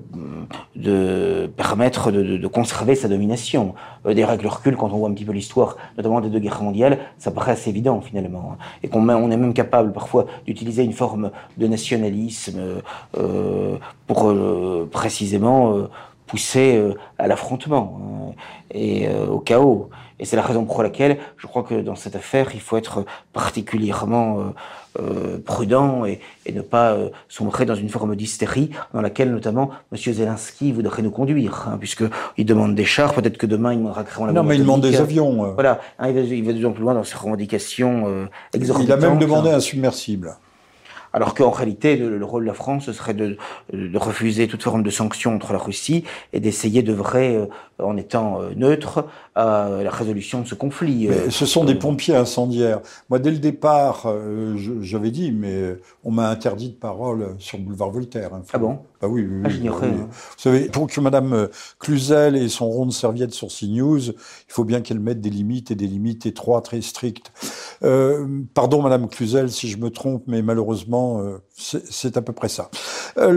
de permettre de, de, de conserver sa domination. Euh, D'ailleurs, avec le recul, quand on voit un petit peu l'histoire, notamment des deux guerres mondiales, ça paraît assez évident finalement. Et qu'on on est même capable parfois d'utiliser une forme de nationalisme euh, pour euh, précisément euh, pousser euh, à l'affrontement hein, et euh, au chaos. Et c'est la raison pour laquelle je crois que dans cette affaire, il faut être particulièrement euh, euh, prudent et, et ne pas euh, sombrer dans une forme d'hystérie dans laquelle notamment M. Zelensky voudrait nous conduire, hein, puisqu'il demande des chars, peut-être que demain il demandera carrément la bombe Non, mais il demande des avions. Euh. Voilà, hein, il, va, il va de plus en plus loin dans ses revendications euh, exorbitantes. Il a même demandé un submersible. Alors qu'en réalité, le, le rôle de la France, ce serait de, de refuser toute forme de sanction contre la Russie et d'essayer d'œuvrer, euh, en étant euh, neutre, à la résolution de ce conflit. Mais euh, ce sont euh, des pompiers incendiaires. Moi, dès le départ, euh, je, j'avais dit, mais on m'a interdit de parole sur le boulevard Voltaire. Hein, ah bon Bah oui, oui, ah, j'ignorais. oui. Hein. Vous savez, pour que Madame Cluzel ait son rond de serviette sur CNews, il faut bien qu'elle mette des limites, et des limites étroites, très strictes. Euh, pardon, Madame Cluzel, si je me trompe, mais malheureusement, euh, c'est, c'est à peu près ça. Euh,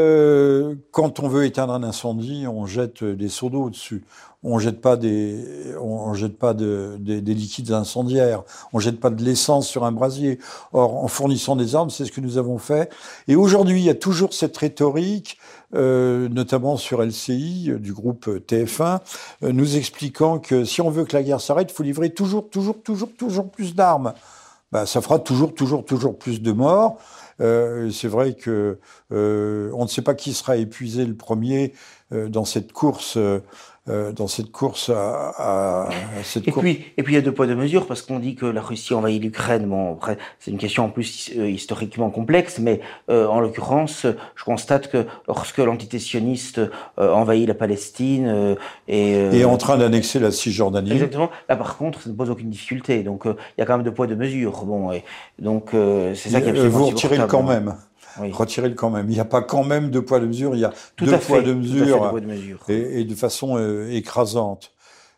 le... Quand on veut éteindre un incendie, on jette des seaux d'eau dessus. On jette pas des, on jette pas de, des, des liquides incendiaires. On jette pas de l'essence sur un brasier. Or, en fournissant des armes, c'est ce que nous avons fait. Et aujourd'hui, il y a toujours cette rhétorique, euh, notamment sur L C I, du groupe T F un, euh, nous expliquant que si on veut que la guerre s'arrête, il faut livrer toujours, toujours, toujours, toujours plus d'armes. Ben, ça fera toujours, toujours, toujours plus de morts. Euh, c'est vrai que euh, on ne sait pas qui sera épuisé le premier euh, dans cette course. Euh, Euh, dans cette course à, à, à cette et course. puis et puis il y a deux poids deux mesures parce qu'on dit que la Russie envahit l'Ukraine. Bon, après c'est une question en plus euh, historiquement complexe, mais euh, en l'occurrence, je constate que lorsque l'entité sioniste euh, envahit la Palestine euh, et euh, et est en train d'annexer la Cisjordanie. Exactement. Là par contre, ça ne pose aucune difficulté. Donc euh, il y a quand même deux poids deux mesures. Bon, et donc euh, c'est ça qui est absolument Vous retirez le quand même. Oui. Retirez-le quand même. Il n'y a pas quand même deux poids, deux mesures, il y a tout deux à poids, fait, deux mesures, tout à fait, deux poids, deux mesures. Et, et de façon euh, écrasante.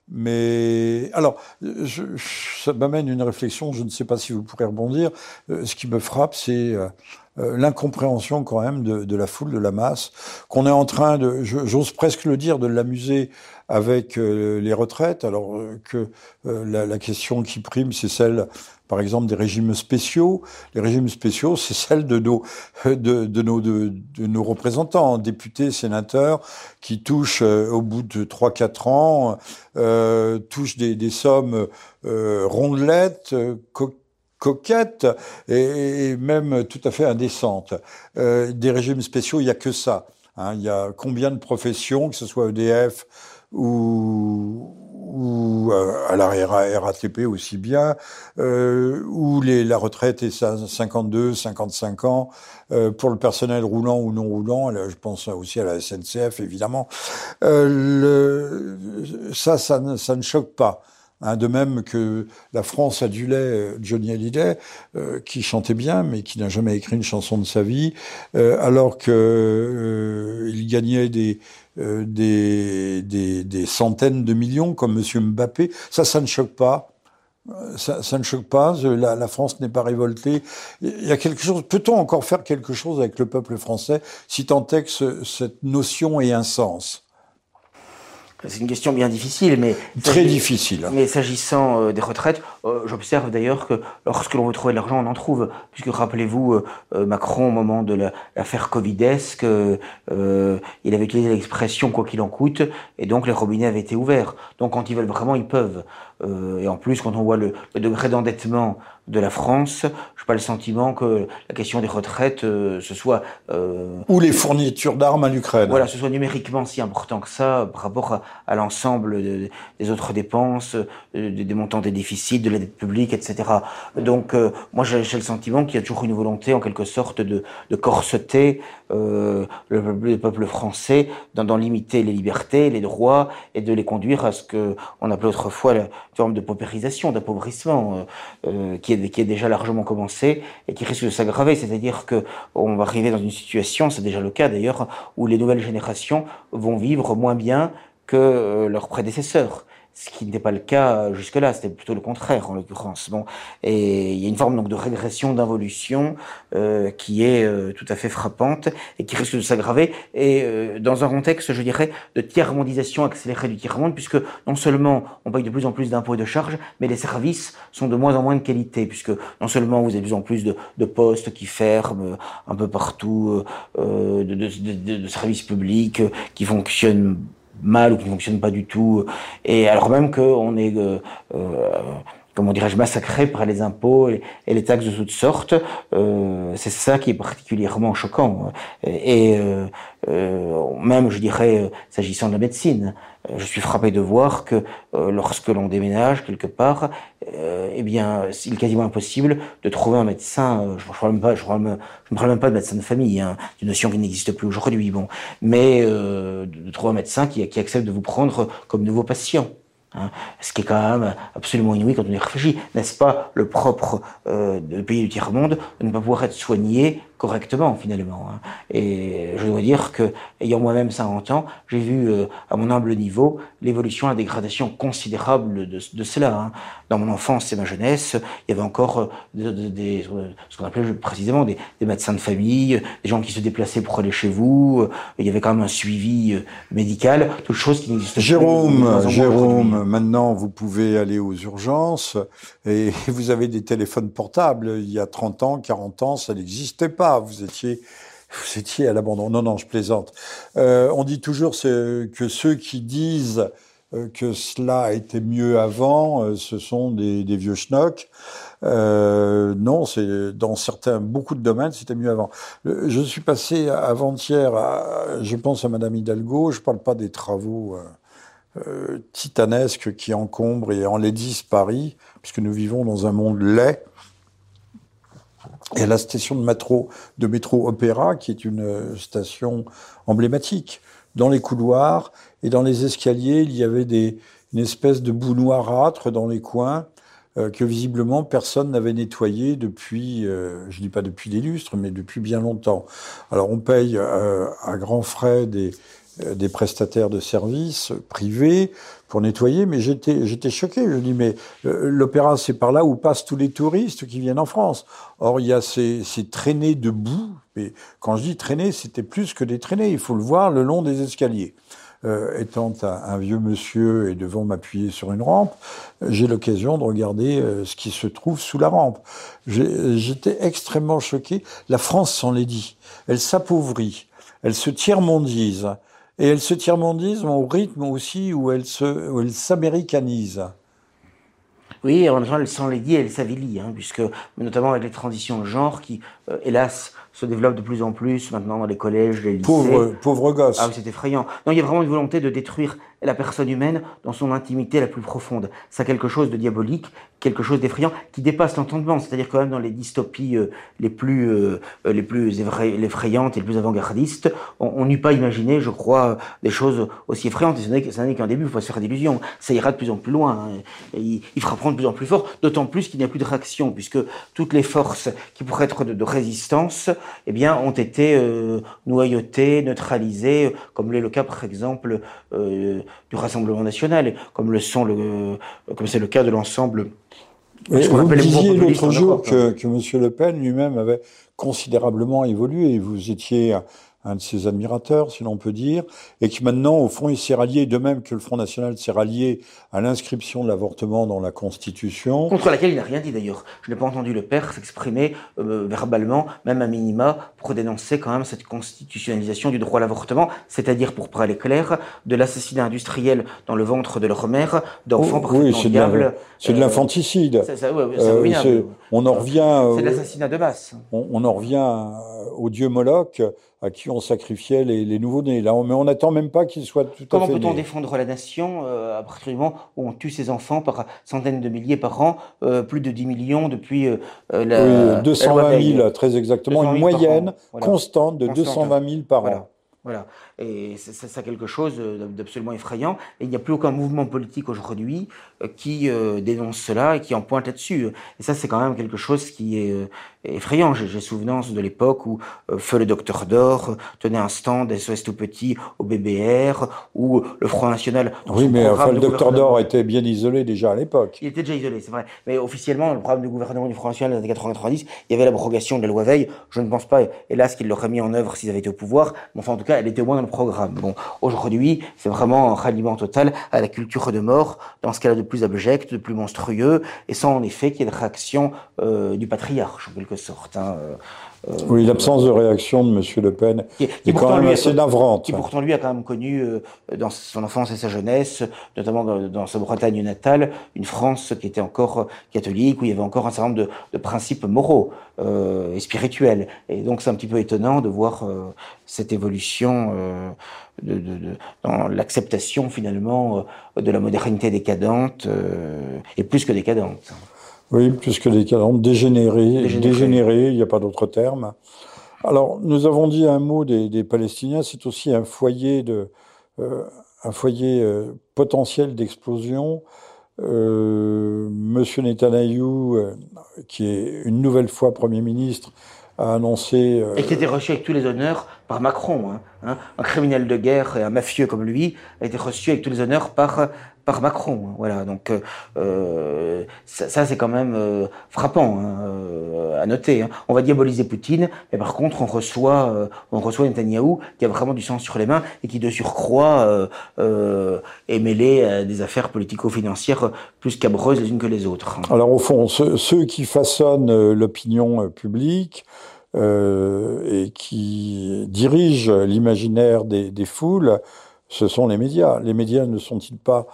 Mais alors, je, ça m'amène une réflexion, je ne sais pas si vous pourrez rebondir. Euh, ce qui me frappe, c'est euh, l'incompréhension quand même de, de la foule, de la masse, qu'on est en train de, j'ose presque le dire, de l'amuser avec euh, les retraites, alors euh, que euh, la, la question qui prime, c'est celle, par exemple, des régimes spéciaux. Les régimes spéciaux, c'est celle de nos, de, de nos, de, de nos représentants, députés, sénateurs, qui touchent euh, au bout de trois quatre ans, euh, touchent des, des sommes euh, rondelettes, co- coquettes et, et même tout à fait indécentes. Euh, des régimes spéciaux, il n'y a que ça. Hein. Il y a combien de professions, que ce soit E D F ou, ou euh, à la R A T P aussi bien, euh, où les, la retraite est à cinquante-deux, cinquante-cinq ans, euh, pour le personnel roulant ou non roulant, là, je pense aussi à la S N C F évidemment, euh, le, ça, ça ne, ça ne choque pas. Hein, de même que la France adulait Johnny Hallyday, euh, qui chantait bien, mais qui n'a jamais écrit une chanson de sa vie, euh, alors que euh, il gagnait des, euh, des, des, des centaines de millions, comme Monsieur Mbappé. Ça, ça ne choque pas. Ça, ça ne choque pas. La, la France n'est pas révoltée. Il y a quelque chose. Peut-on encore faire quelque chose avec le peuple français, si tant est que ce, cette notion ait un sens? C'est une question bien difficile, mais très difficile. Mais s'agissant euh, des retraites, euh, j'observe d'ailleurs que lorsque l'on veut trouver de l'argent, on en trouve. Puisque rappelez-vous, euh, Macron, au moment de la, l'affaire Covidesque, euh, euh, il avait utilisé l'expression quoi qu'il en coûte, et donc les robinets avaient été ouverts. Donc quand ils veulent vraiment, ils peuvent. Euh, et en plus, quand on voit le, le degré d'endettement de la France. Je n'ai pas le sentiment que la question des retraites, euh, ce soit... Euh, Ou les fournitures d'armes à l'Ukraine. Voilà, ce soit numériquement si important que ça par rapport à, à l'ensemble de, des autres dépenses, des, des montants des déficits, de la dette publique, et cetera. Donc, euh, moi, j'ai, j'ai le sentiment qu'il y a toujours une volonté, en quelque sorte, de, de corseter euh, le, le peuple français, d'en, d'en limiter les libertés, les droits, et de les conduire à ce que on appelait autrefois la forme de paupérisation, d'appauvrissement, euh, euh, qui, est, qui est déjà largement commencé et qui risque de s'aggraver. C'est-à-dire que on va arriver dans une situation, c'est déjà le cas d'ailleurs, où les nouvelles générations vont vivre moins bien que euh, leurs prédécesseurs. Ce qui n'était pas le cas jusque-là, c'était plutôt le contraire en l'occurrence. Bon, et il y a une forme donc de régression, d'involution euh, qui est euh, tout à fait frappante et qui risque de s'aggraver. Et euh, dans un contexte, je dirais, de tiers-mondisation accélérée du tiers-monde, puisque non seulement on paye de plus en plus d'impôts et de charges, mais les services sont de moins en moins de qualité, puisque non seulement vous avez de plus en plus de, de postes qui ferment un peu partout, euh, de, de, de, de services publics qui fonctionnent mal ou qui ne fonctionne pas du tout, et alors même qu'on est, euh, euh, comment dirais-je, massacré par les impôts et, et les taxes de toutes sortes, euh, c'est ça qui est particulièrement choquant. Et euh, euh, même, je dirais, s'agissant de la médecine, je suis frappé de voir que euh, lorsque l'on déménage quelque part, euh, eh bien, il est quasiment impossible de trouver un médecin. Euh, je ne parle même pas, je, parle, je ne parle même pas de médecin de famille, hein, une notion qui n'existe plus aujourd'hui. Bon, mais euh, de, de trouver un médecin qui, qui accepte de vous prendre comme nouveau patient. Hein, ce qui est quand même absolument inouï quand on est réfléchi. N'est-ce pas le propre euh, du pays du tiers-monde de ne pas pouvoir être soigné correctement, finalement. Hein. Et je dois dire que, ayant moi-même cinquante ans, j'ai vu, euh, à mon humble niveau, l'évolution, la dégradation considérable de, de cela. Hein. Dans mon enfance et ma jeunesse, il y avait encore euh, des, des, des, ce qu'on appelait précisément des, des médecins de famille, des gens qui se déplaçaient pour aller chez vous. Euh, il y avait quand même un suivi euh, médical, toutes choses qui n'existent plus. Jérôme, Jérôme, maintenant vous pouvez aller aux urgences et vous avez des téléphones portables. Il y a trente ans, quarante ans, ça n'existait pas. Vous étiez, vous étiez à l'abandon. Non, non, je plaisante. Euh, on dit toujours que ceux qui disent que cela était mieux avant, ce sont des, des vieux schnocks. Euh, non, c'est dans certains, beaucoup de domaines, c'était mieux avant. Je suis passé avant-hier, à, je pense à Madame Hidalgo. Je parle pas des travaux euh, euh, titanesques qui encombrent et enlaidissent Paris, puisque nous vivons dans un monde laid. Et à la station de métro, de métro Opéra, qui est une station emblématique, dans les couloirs et dans les escaliers, il y avait des, une espèce de boue noirâtre dans les coins euh, que visiblement personne n'avait nettoyé depuis, euh, je dis pas depuis des lustres, mais depuis bien longtemps. Alors on paye euh, à grands frais des, euh, des prestataires de services privés pour nettoyer, mais j'étais, j'étais choqué. Je dis, mais euh, l'Opéra, c'est par là où passent tous les touristes qui viennent en France. Or, il y a ces, ces traînées de boue. Mais quand je dis traînées, c'était plus que des traînées. Il faut le voir le long des escaliers. Euh, étant un, un vieux monsieur et devant m'appuyer sur une rampe, j'ai l'occasion de regarder euh, ce qui se trouve sous la rampe. J'ai, j'étais extrêmement choqué. La France s'en l'est dit. Elle s'appauvrit. Elle se tiers-mondise. Et elle se tiers-mondise au rythme aussi où elle se, où elle s'américanise. Oui, en même temps, elle s'enlaidit et elle s'avilit, hein, puisque, notamment avec les transitions de genre qui, euh, hélas, se développent de plus en plus maintenant dans les collèges, les lycées. Pauvre, pauvre gosse. Ah oui, c'est effrayant. Non, il y a vraiment une volonté de détruire la personne humaine dans son intimité la plus profonde. C'est quelque chose de diabolique, quelque chose d'effrayant, qui dépasse l'entendement. C'est-à-dire quand même dans les dystopies euh, les plus euh, les plus effrayantes et les plus avant-gardistes, on n'eût pas imaginé, je crois, des choses aussi effrayantes. Et ce n'est, ce n'est qu'un début, il faut se faire d'illusions. Ça ira de plus en plus loin. Hein. Il, il fera prendre de plus en plus fort, d'autant plus qu'il n'y a plus de réaction, puisque toutes les forces qui pourraient être de, de résistance, eh bien, ont été euh, noyautées, neutralisées, comme l'est le cas, par exemple, euh, du Rassemblement national, comme le sont le, euh, comme c'est le cas de l'ensemble. Et vous me disiez l'autre jour que, que M. Le Pen lui-même avait considérablement évolué. Vous étiez un de ses admirateurs, si l'on peut dire, et qui maintenant, au fond, il s'est rallié, de même que le Front National s'est rallié à l'inscription de l'avortement dans la Constitution. Contre laquelle il n'a rien dit d'ailleurs. Je n'ai pas entendu le père s'exprimer euh, verbalement, même à minima, pour dénoncer quand même cette constitutionnalisation du droit à l'avortement, c'est-à-dire, pour parler clair, de l'assassinat industriel dans le ventre de leur mère d'enfants oh, parfaitement oui, viables. C'est de l'infanticide. Euh, c'est ouais, euh, on en revient... C'est de l'assassinat de masse. On, on en revient au dieu Moloch, à qui on sacrifiait les, les nouveau-nés. Là, on, mais on n'attend même pas qu'ils soient tout Comment à fait peut-on nés. défendre la nation euh, à partir du moment où on tue ses enfants par centaines de milliers par an, euh, plus de dix millions depuis euh, la, oui, deux cent vingt mille, la très exactement, deux cent vingt mille une moyenne voilà. constante de Constante. deux cent vingt mille par voilà. an. Voilà. Et c'est ça quelque chose d'absolument effrayant. Et il n'y a plus aucun mouvement politique aujourd'hui qui euh, dénonce cela et qui en pointe là-dessus. Et ça, c'est quand même quelque chose qui est euh, effrayant. J'ai souvenance de l'époque où euh, Feu le Docteur d'Or tenait un stand S O S Tout Petit au B B R, où le Front National... Oui, mais enfin, le Docteur d'Or était bien isolé déjà à l'époque. Il était déjà isolé, c'est vrai. Mais officiellement, le programme du gouvernement du Front National dans les années quatre-vingt-dix, il y avait l'abrogation de la loi Veil. Je ne pense pas, hélas, qu'ils l'auraient mis en œuvre s'ils avaient été au pouvoir. Mais enfin, en tout cas, elle était au moins dans le programme. Bon, aujourd'hui, c'est vraiment un ralliement total à la culture de mort, dans ce cas-là de plus abject, de plus monstrueux, et sans en effet qu'il y ait de réaction euh, du patriarche, en quelque sorte. Hein. Euh, oui, l'absence de réaction de M. Le Pen qui, qui est quand même assez navrante. Qui pourtant lui a quand même connu euh, dans son enfance et sa jeunesse, notamment dans, dans sa Bretagne natale, une France qui était encore catholique, où il y avait encore un certain nombre de, de principes moraux euh, et spirituels. Et donc c'est un petit peu étonnant de voir euh, cette évolution euh, de, de, de, dans l'acceptation finalement euh, de la modernité décadente, euh, et plus que décadente. Oui, plus que décadente, dégénérée, dégénérée, il n'y a pas d'autre terme. Alors, nous avons dit un mot des, des Palestiniens, c'est aussi un foyer, de, euh, un foyer euh, potentiel d'explosion. Euh, Monsieur Netanyahou, euh, qui est une nouvelle fois Premier ministre, a annoncé... Euh, et qui a été reçu avec tous les honneurs par Macron. Hein, hein. Un criminel de guerre et un mafieux comme lui a été reçu avec tous les honneurs par... par Macron, hein, voilà. Donc euh, ça, ça c'est quand même euh, frappant hein, euh, à noter. Hein. On va diaboliser Poutine, mais par contre on reçoit, euh, on reçoit Netanyahou qui a vraiment du sang sur les mains et qui de surcroît euh, euh, est mêlé à des affaires politico-financières plus cabreuses les unes que les autres. Alors au fond, ceux, ceux qui façonnent l'opinion publique euh, et qui dirigent l'imaginaire des, des foules, ce sont les médias. Les médias ne sont-ils pas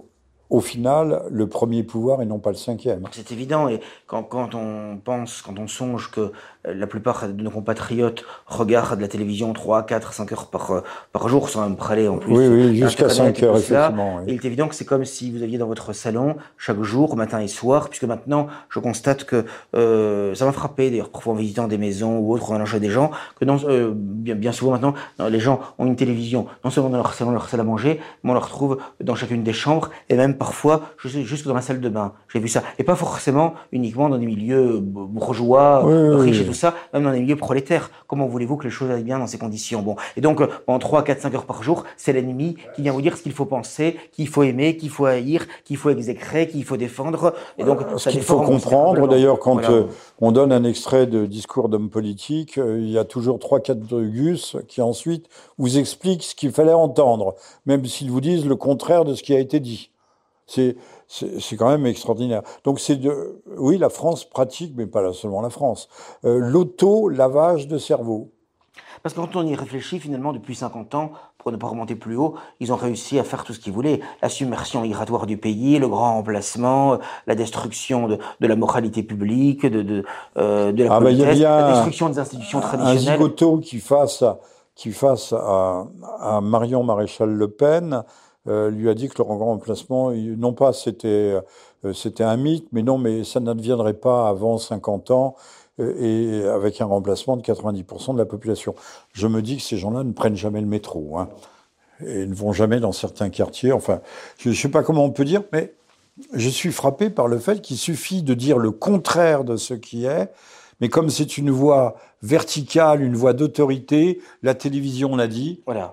au final, le premier pouvoir et non pas le cinquième. C'est évident, et quand, quand on pense, quand on songe que la plupart de nos compatriotes regardent la télévision trois, quatre, cinq heures par, par jour, sans même parler en plus. Oui, oui, jusqu'à cinq heures, effectivement. Oui. Et il est évident que c'est comme si vous aviez dans votre salon, chaque jour, matin et soir, puisque maintenant, je constate que, euh, ça m'a frappé, d'ailleurs, parfois en visitant des maisons ou autres, en allant chez des gens, que dans, euh, bien, bien souvent maintenant, les gens ont une télévision, non seulement dans leur salon, leur salle à manger, mais on la retrouve dans chacune des chambres, et même parfois, je sais, jusque dans la salle de bain. J'ai vu ça. Et pas forcément uniquement dans des milieux bourgeois, oui, riches oui. et tout ça, même dans des milieux prolétaires. Comment voulez-vous que les choses aillent bien dans ces conditions? Bon. Et donc, en trois, quatre, cinq heures par jour, c'est l'ennemi qui vient vous dire ce qu'il faut penser, qu'il faut aimer, qu'il faut haïr, qu'il faut exécrer, qu'il faut défendre. Et donc, ce qu'il faut comprendre, d'ailleurs, quand voilà. euh, on donne un extrait de discours d'homme politique, euh, il y a toujours trois, quatre gus qui ensuite vous expliquent ce qu'il fallait entendre, même s'ils vous disent le contraire de ce qui a été dit. C'est, c'est, c'est quand même extraordinaire. Donc c'est de, oui, la France pratique, mais pas seulement la France, euh, l'auto-lavage de cerveau. Parce que quand on y réfléchit, finalement, depuis cinquante ans, pour ne pas remonter plus haut, ils ont réussi à faire tout ce qu'ils voulaient. La submersion migratoire du pays, le grand remplacement, la destruction de, de la moralité publique, de, de, euh, de la ah politesse, ben y a la destruction des institutions traditionnelles. Un zigoto qui face à, qui face à, à Marion Maréchal Le Pen, Euh, lui a dit que le grand remplacement, non pas c'était euh, c'était un mythe, mais non, mais ça n'adviendrait pas avant cinquante ans euh, et avec un remplacement de quatre-vingt-dix pour cent de la population. Je me dis que ces gens-là ne prennent jamais le métro, hein, et ne vont jamais dans certains quartiers. Enfin, je ne sais pas comment on peut dire, mais je suis frappé par le fait qu'il suffit de dire le contraire de ce qui est. Mais comme c'est une voix verticale, une voix d'autorité, la télévision l'a dit. Voilà.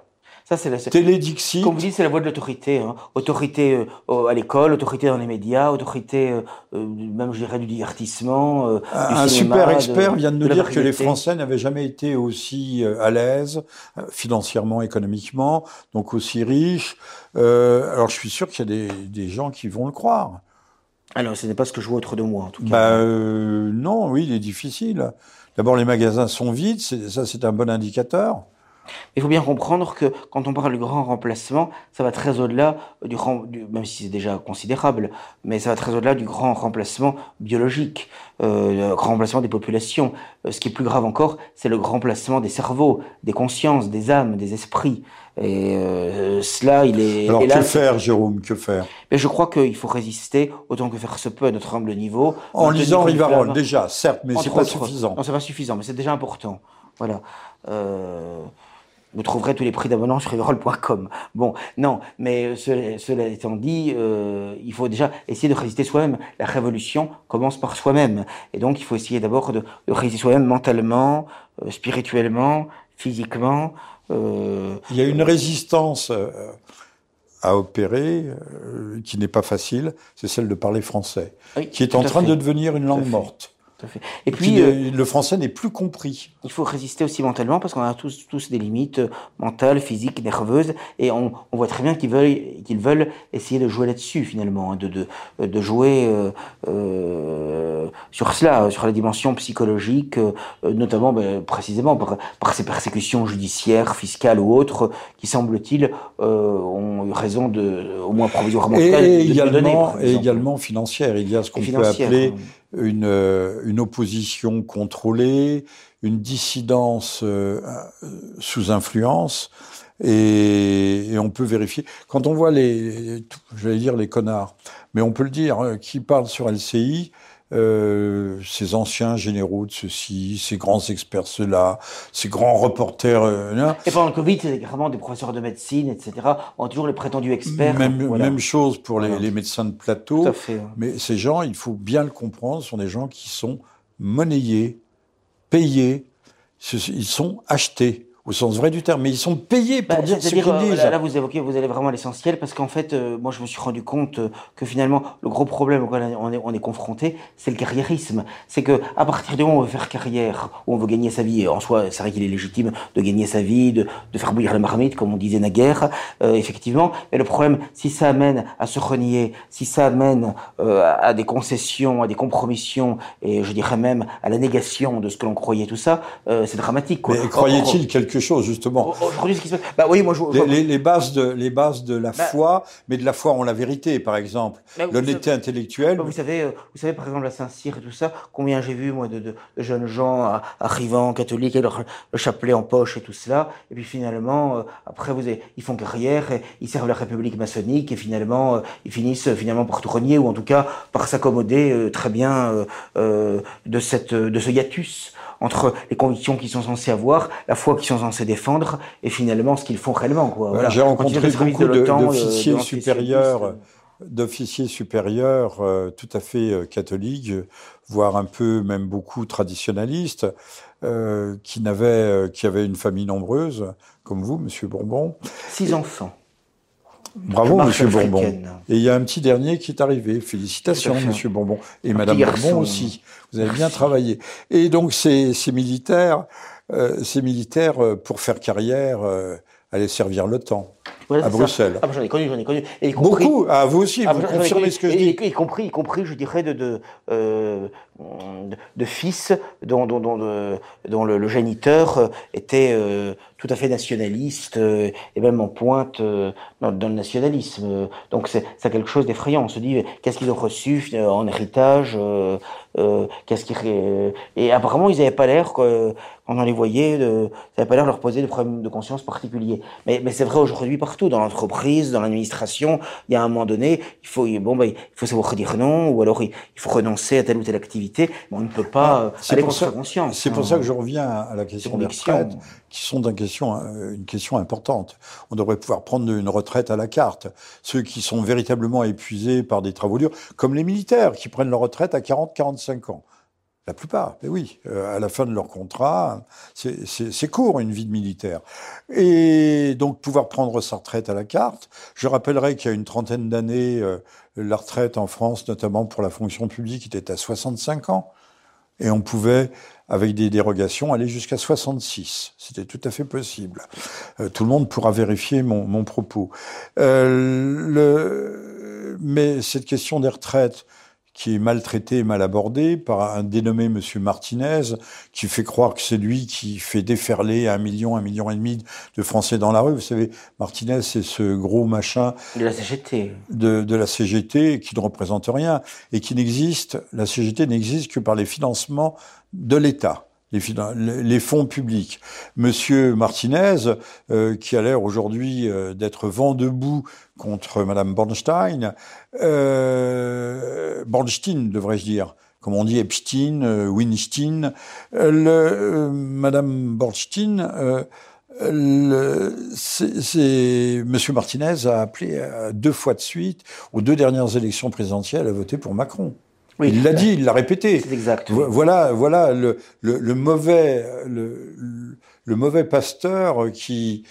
Ça, c'est la... Télédixit. Comme vous dites, c'est la voix de l'autorité. Hein. Autorité euh, à l'école, autorité dans les médias, autorité, euh, même, je dirais, du divertissement, euh, un, du cinéma. Un super expert de, vient de nous de dire que les Français n'avaient jamais été aussi euh, à l'aise, euh, financièrement, économiquement, donc aussi riches. Euh, alors, je suis sûr qu'il y a des, des gens qui vont le croire. Alors, ce n'est pas ce que je vois autour de moi, en tout cas. Bah, euh, non, oui, il est difficile. D'abord, les magasins sont vides, ça, c'est un bon indicateur. Il faut bien comprendre que quand on parle du grand remplacement, ça va très au-delà du, du même si c'est déjà considérable, mais ça va très au-delà du grand remplacement biologique, euh, le grand remplacement des populations. Euh, ce qui est plus grave encore, c'est le grand remplacement des cerveaux, des consciences, des âmes, des esprits. Et euh, cela, il est... Alors, hélas, que faire, Jérôme, que faire? Mais je crois qu'il faut résister autant que faire se peut à notre humble niveau. En lisant Rivarol, déjà, certes, mais c'est pas suffisant. Non, c'est pas suffisant, mais c'est déjà important. Voilà. Euh... Vous trouverez tous les prix d'abonnement sur rivarol point com. Bon, non, mais cela, cela étant dit, euh, il faut déjà essayer de résister soi-même. La révolution commence par soi-même. Et donc, il faut essayer d'abord de, de résister soi-même mentalement, euh, spirituellement, physiquement. Euh, il y a une résistance euh, à opérer euh, qui n'est pas facile, c'est celle de parler français, oui, qui est en train fait. de devenir une langue morte. Et puis, euh, le français n'est plus compris. Il faut résister aussi mentalement parce qu'on a tous, tous des limites euh, mentales, physiques, nerveuses, et on, on voit très bien qu'ils veulent, qu'ils veulent essayer de jouer là-dessus finalement, de, de, de jouer euh, euh, sur cela, sur la dimension psychologique, euh, notamment ben, précisément par, par ces persécutions judiciaires, fiscales ou autres, qui semble-t-il euh, ont eu raison de, au moins provisoirement, et, de, et de également, donner. Et également financière. Il y a ce qu'on peut appeler une, une opposition contrôlée, une dissidence euh, sous influence, et, et on peut vérifier. Quand on voit les, j'allais dire les connards, mais on peut le dire, hein, qui parlent sur L C I, euh, ces anciens généraux de ceci, ces grands experts cela, ces grands reporters. Euh, là. Et pendant le Covid, c'est vraiment des professeurs de médecine, et cetera, ont toujours les prétendus experts. Même, voilà. même chose pour voilà. les, les médecins de plateau. Tout à fait. Mais ces gens, il faut bien le comprendre, sont des gens qui sont monnayés, payés, ils sont achetés. Au sens vrai du terme, mais ils sont payés pour bah, dire ce qu'ils euh, disent. Là, là, vous évoquez, vous allez vraiment à l'essentiel, parce qu'en fait, euh, moi, je me suis rendu compte euh, que finalement, le gros problème auquel on est, on est confronté, c'est le carriérisme. C'est que à partir du moment où on veut faire carrière, où on veut gagner sa vie, en soi, c'est vrai qu'il est légitime de gagner sa vie, de, de faire bouillir la marmite, comme on disait naguère, euh, effectivement. Mais le problème, si ça amène à se renier, si ça amène euh, à des concessions, à des compromissions, et je dirais même à la négation de ce que l'on croyait, tout ça, euh, c'est dramatique, quoi. Mais croyait-il quelque chose, justement. Aujourd'hui, ce qui se passe. Bah oui, moi, je, les, les, les bases de les bases de la bah, foi, mais de la foi en la vérité, par exemple, bah, l'honnêteté intellectuelle. Bah, vous savez, vous savez par exemple à Saint-Cyr et tout ça, combien j'ai vu moi de, de, de jeunes gens à, arrivant catholiques avec leur, le chapelet en poche et tout cela, et puis finalement euh, après vous avez, ils font carrière, et ils servent la République maçonnique et finalement euh, ils finissent euh, finalement par tout renier ou en tout cas par s'accommoder euh, très bien euh, euh, de cette de ce hiatus entre les convictions qu'ils sont censés avoir, la foi qu'ils sont censés défendre, et finalement ce qu'ils font réellement. Quoi. Voilà. J'ai rencontré beaucoup de, d'officiers supérieurs, d'officiers supérieurs euh, tout à fait euh, catholiques, voire un peu même beaucoup traditionnalistes, euh, qui n'avaient, euh, qui avaient une famille nombreuse, comme vous, Monsieur Bourbon. Six enfants. Bravo, Monsieur Bourbon. Et il y a un petit dernier qui est arrivé. Félicitations, Monsieur Bourbon. Et un Madame Bourbon aussi. Vous avez bien travaillé. Et donc, ces, ces militaires, euh, ces militaires, euh, pour faire carrière, euh, allaient servir l'OTAN. Voilà, à Bruxelles. Ah, j'en ai connu, j'en ai connu. Et y compris, beaucoup. Ah, vous aussi, ah, vous confirmez ce que je dis. Y, y compris, y compris, je dirais, de, de, euh, de, de fils dont, dont, dont, de, dont le, le géniteur était euh, tout à fait nationaliste euh, et même en pointe euh, dans, dans le nationalisme. Donc c'est, c'est quelque chose d'effrayant. On se dit, qu'est-ce qu'ils ont reçu euh, en héritage euh, euh, qu'est-ce qu'ils, euh, Et apparemment, ils n'avaient pas l'air, que, quand on les voyait, de, ça n'avait pas l'air de leur poser de problèmes de conscience particuliers. Mais, mais c'est vrai aujourd'hui partout, dans l'entreprise, dans l'administration, il y a un moment donné, il faut, bon, bah, il faut savoir dire non, ou alors il, il faut renoncer à telle ou telle activité. Mais on ne peut pas ah, aller contre sa conscience. C'est hein. pour ça que je reviens à la question des retraites, qui sont une question, une question importante. On devrait pouvoir prendre une retraite à la carte. Ceux qui sont véritablement épuisés par des travaux durs, comme les militaires, qui prennent leur retraite à quarante, quarante-cinq ans. La plupart, mais oui, euh, à la fin de leur contrat, c'est, c'est, c'est court une vie de militaire. Et donc pouvoir prendre sa retraite à la carte. Je rappellerai qu'il y a une trentaine d'années, euh, la retraite en France, notamment pour la fonction publique, était à soixante-cinq ans. Et on pouvait, avec des dérogations, aller jusqu'à soixante-six. C'était tout à fait possible. Euh, tout le monde pourra vérifier mon, mon propos. Euh, le, mais cette question des retraites, qui est maltraité et mal abordé par un dénommé Monsieur Martinez, qui fait croire que c'est lui qui fait déferler un million, un million et demi de Français dans la rue. Vous savez, Martinez, c'est ce gros machin de la C G T, de, de la C G T qui ne représente rien et qui n'existe. La C G T n'existe que par les financements de l'État. Les, les fonds publics. Monsieur Martinez, euh, qui a l'air aujourd'hui euh, d'être vent debout contre Madame Bornstein, euh, Bornstein devrais-je dire, comme on dit Epstein, euh, Weinstein, euh, le, euh, Madame Bornstein, euh, le, c'est, c'est, Monsieur Martinez a appelé euh, deux fois de suite, aux deux dernières élections présidentielles, à voter pour Macron. Oui, il l'a dit, il l'a répété. C'est exact. Oui. Voilà, voilà le, le, le mauvais, le, le mauvais pasteur qui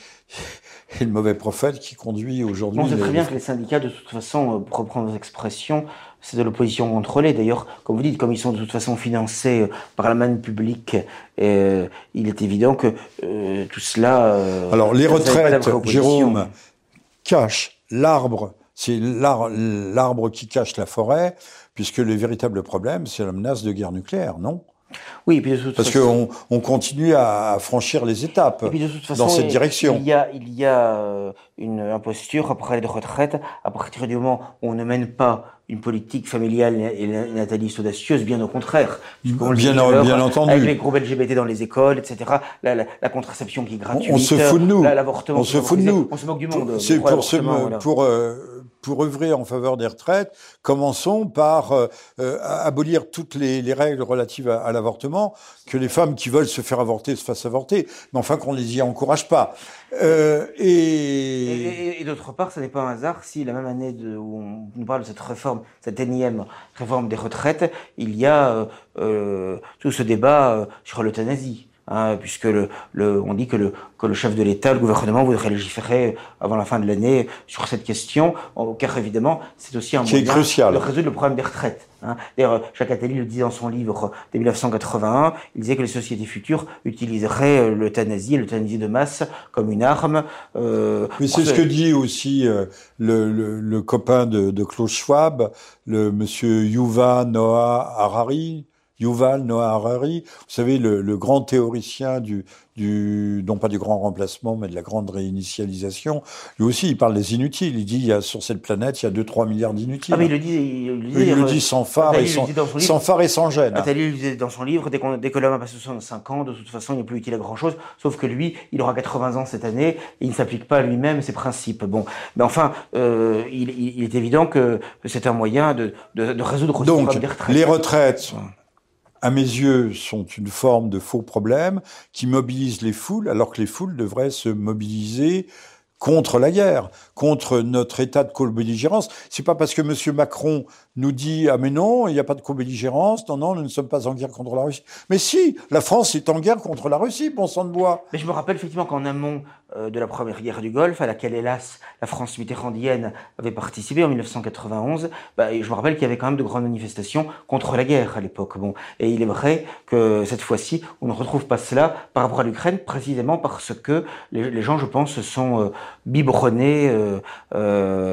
et le mauvais prophète qui conduit aujourd'hui. On sait les... très bien que les syndicats, de toute façon, pour reprendre vos expressions, c'est de l'opposition contrôlée. D'ailleurs, comme vous dites, comme ils sont de toute façon financés par la manne publique, euh, il est évident que euh, tout cela. Euh, Alors les retraites, Jérôme, cachent l'arbre. C'est l'arbre, l'arbre qui cache la forêt, puisque le véritable problème, c'est la menace de guerre nucléaire, non ? Oui, puis de toute Parce façon, qu'on on continue à franchir les étapes et puis de toute façon, dans cette direction. Il y a, il y a une imposture après les retraites, à partir du moment où on ne mène pas une politique familiale et nataliste audacieuse, bien au contraire. Bien, bien entendu. Avec les groupes L G B T dans les écoles, et cetera. La, la, la contraception qui est gratuite. On, on se fout de nous. L'avortement. On se fout de nous. On se moque du monde. C'est pour, se, voilà. pour, euh, pour œuvrer en faveur des retraites, commençons par euh, abolir toutes les, les règles relatives à, à l'avortement, que les femmes qui veulent se faire avorter se fassent avorter, mais enfin qu'on les y encourage pas. Euh, et... Et, et, et d'autre part, ce n'est pas un hasard si la même année de, où on nous parle de cette réforme, cette énième réforme des retraites, il y a euh, euh, tout ce débat euh, sur l'euthanasie. Hein, puisque le, le, on dit que le, que le chef de l'État, le gouvernement, voudrait légiférer avant la fin de l'année sur cette question, car évidemment, c'est aussi un moyen de résoudre le problème des retraites. Hein. D'ailleurs, Jacques Attali le dit dans son livre de mille neuf cent quatre-vingt-un, il disait que les sociétés futures utiliseraient l'euthanasie, l'euthanasie de masse, comme une arme. Euh, Mais c'est ce que dit aussi euh, le, le, le copain de, de Klaus Schwab, le monsieur Yuval Noah Harari, Yuval Noah Harari, vous savez, le, le grand théoricien du, du, non pas du grand remplacement, mais de la grande réinitialisation. Lui aussi, il parle des inutiles. Il dit, il y a, sur cette planète, il y a deux, trois milliards d'inutiles. Ah, mais il le dit, il le dit, il le dit sans phare et sans, sans phare et sans gêne. Attali le disait dans son livre, dès, qu'on, dès que l'homme a passé soixante-cinq ans, de toute façon, il n'est plus utile à grand chose. Sauf que lui, il aura quatre-vingts ans cette année, et il ne s'applique pas à lui-même ses principes. Bon. Mais enfin, euh, il, il, il est évident que c'est un moyen de, de, de résoudre aussi le problème des retraites. Les retraites. Ouais. À mes yeux, sont une forme de faux problème qui mobilise les foules, alors que les foules devraient se mobiliser contre la guerre, contre notre état de co-belligérance. C'est pas parce que Monsieur Macron nous dit « Ah mais non, il n'y a pas de co-belligérance, non, non, nous ne sommes pas en guerre contre la Russie ». Mais si, la France est en guerre contre la Russie, bon sang de bois. Mais je me rappelle effectivement qu'en amont euh, de la première guerre du Golfe, à laquelle hélas la France mitterrandienne avait participé en mille neuf cent quatre-vingt-onze, bah, et je me rappelle qu'il y avait quand même de grandes manifestations contre la guerre à l'époque. Bon, et il est vrai que cette fois-ci, on ne retrouve pas cela par rapport à l'Ukraine, précisément parce que les, les gens, je pense, se sont euh, biberonnés. Euh, euh,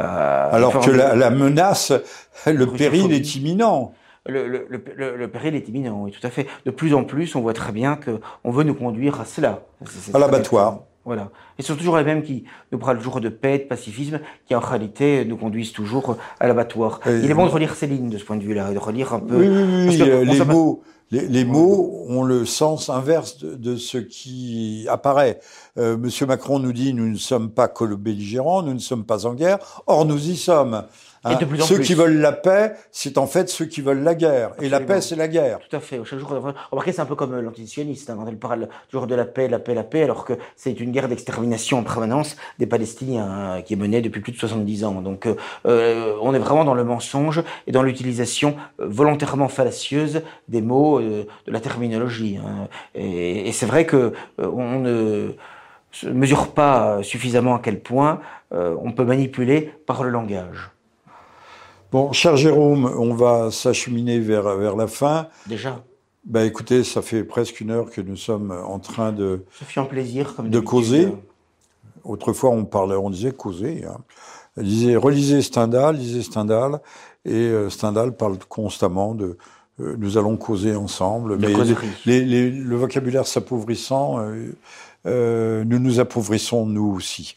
Alors que la, la menace, le péril est imminent. Le, le, le, le péril est imminent, oui, tout à fait. De plus en plus, on voit très bien qu'on veut nous conduire à cela. C'est, c'est à l'abattoir. Voilà. Et ce sont toujours les mêmes qui nous parlent toujours de paix, de pacifisme, qui en réalité nous conduisent toujours à l'abattoir. Et il est bon de relire Céline de ce point de vue-là, de relire un peu. Oui, oui, oui. Que les mots, les, les mots ont le sens inverse de, de ce qui apparaît. Euh, Monsieur Macron nous dit nous ne sommes pas co-belligérants, nous ne sommes pas en guerre. Or, nous y sommes. Hein. Et de plus en ceux plus. qui veulent la paix, c'est en fait ceux qui veulent la guerre. Absolument. Et la paix, c'est la guerre. Tout à fait. Chaque jour, remarquez, c'est un peu comme l'antisioniste, hein, quand elle parle toujours de la paix, la paix, la paix, alors que c'est une guerre d'extermination en permanence des Palestiniens, hein, qui est menée depuis plus de soixante-dix ans. Donc, euh, on est vraiment dans le mensonge et dans l'utilisation volontairement fallacieuse des mots, euh, de la terminologie. Hein. Et, et c'est vrai que euh, on ne ne mesure pas suffisamment à quel point euh, on peut manipuler par le langage. Bon, cher Jérôme, on va s'acheminer vers, vers la fin. Déjà. Ben, écoutez, ça fait presque une heure que nous sommes en train de, ça fait un plaisir, comme de causer. Autrefois, on parlait, on disait causer. Hein. Lisez, relisez Stendhal, lisez Stendhal, et euh, Stendhal parle constamment de euh, nous allons causer ensemble. De mais causerie. les, les, le vocabulaire s'appauvrissant, euh, euh, nous nous appauvrissons nous aussi.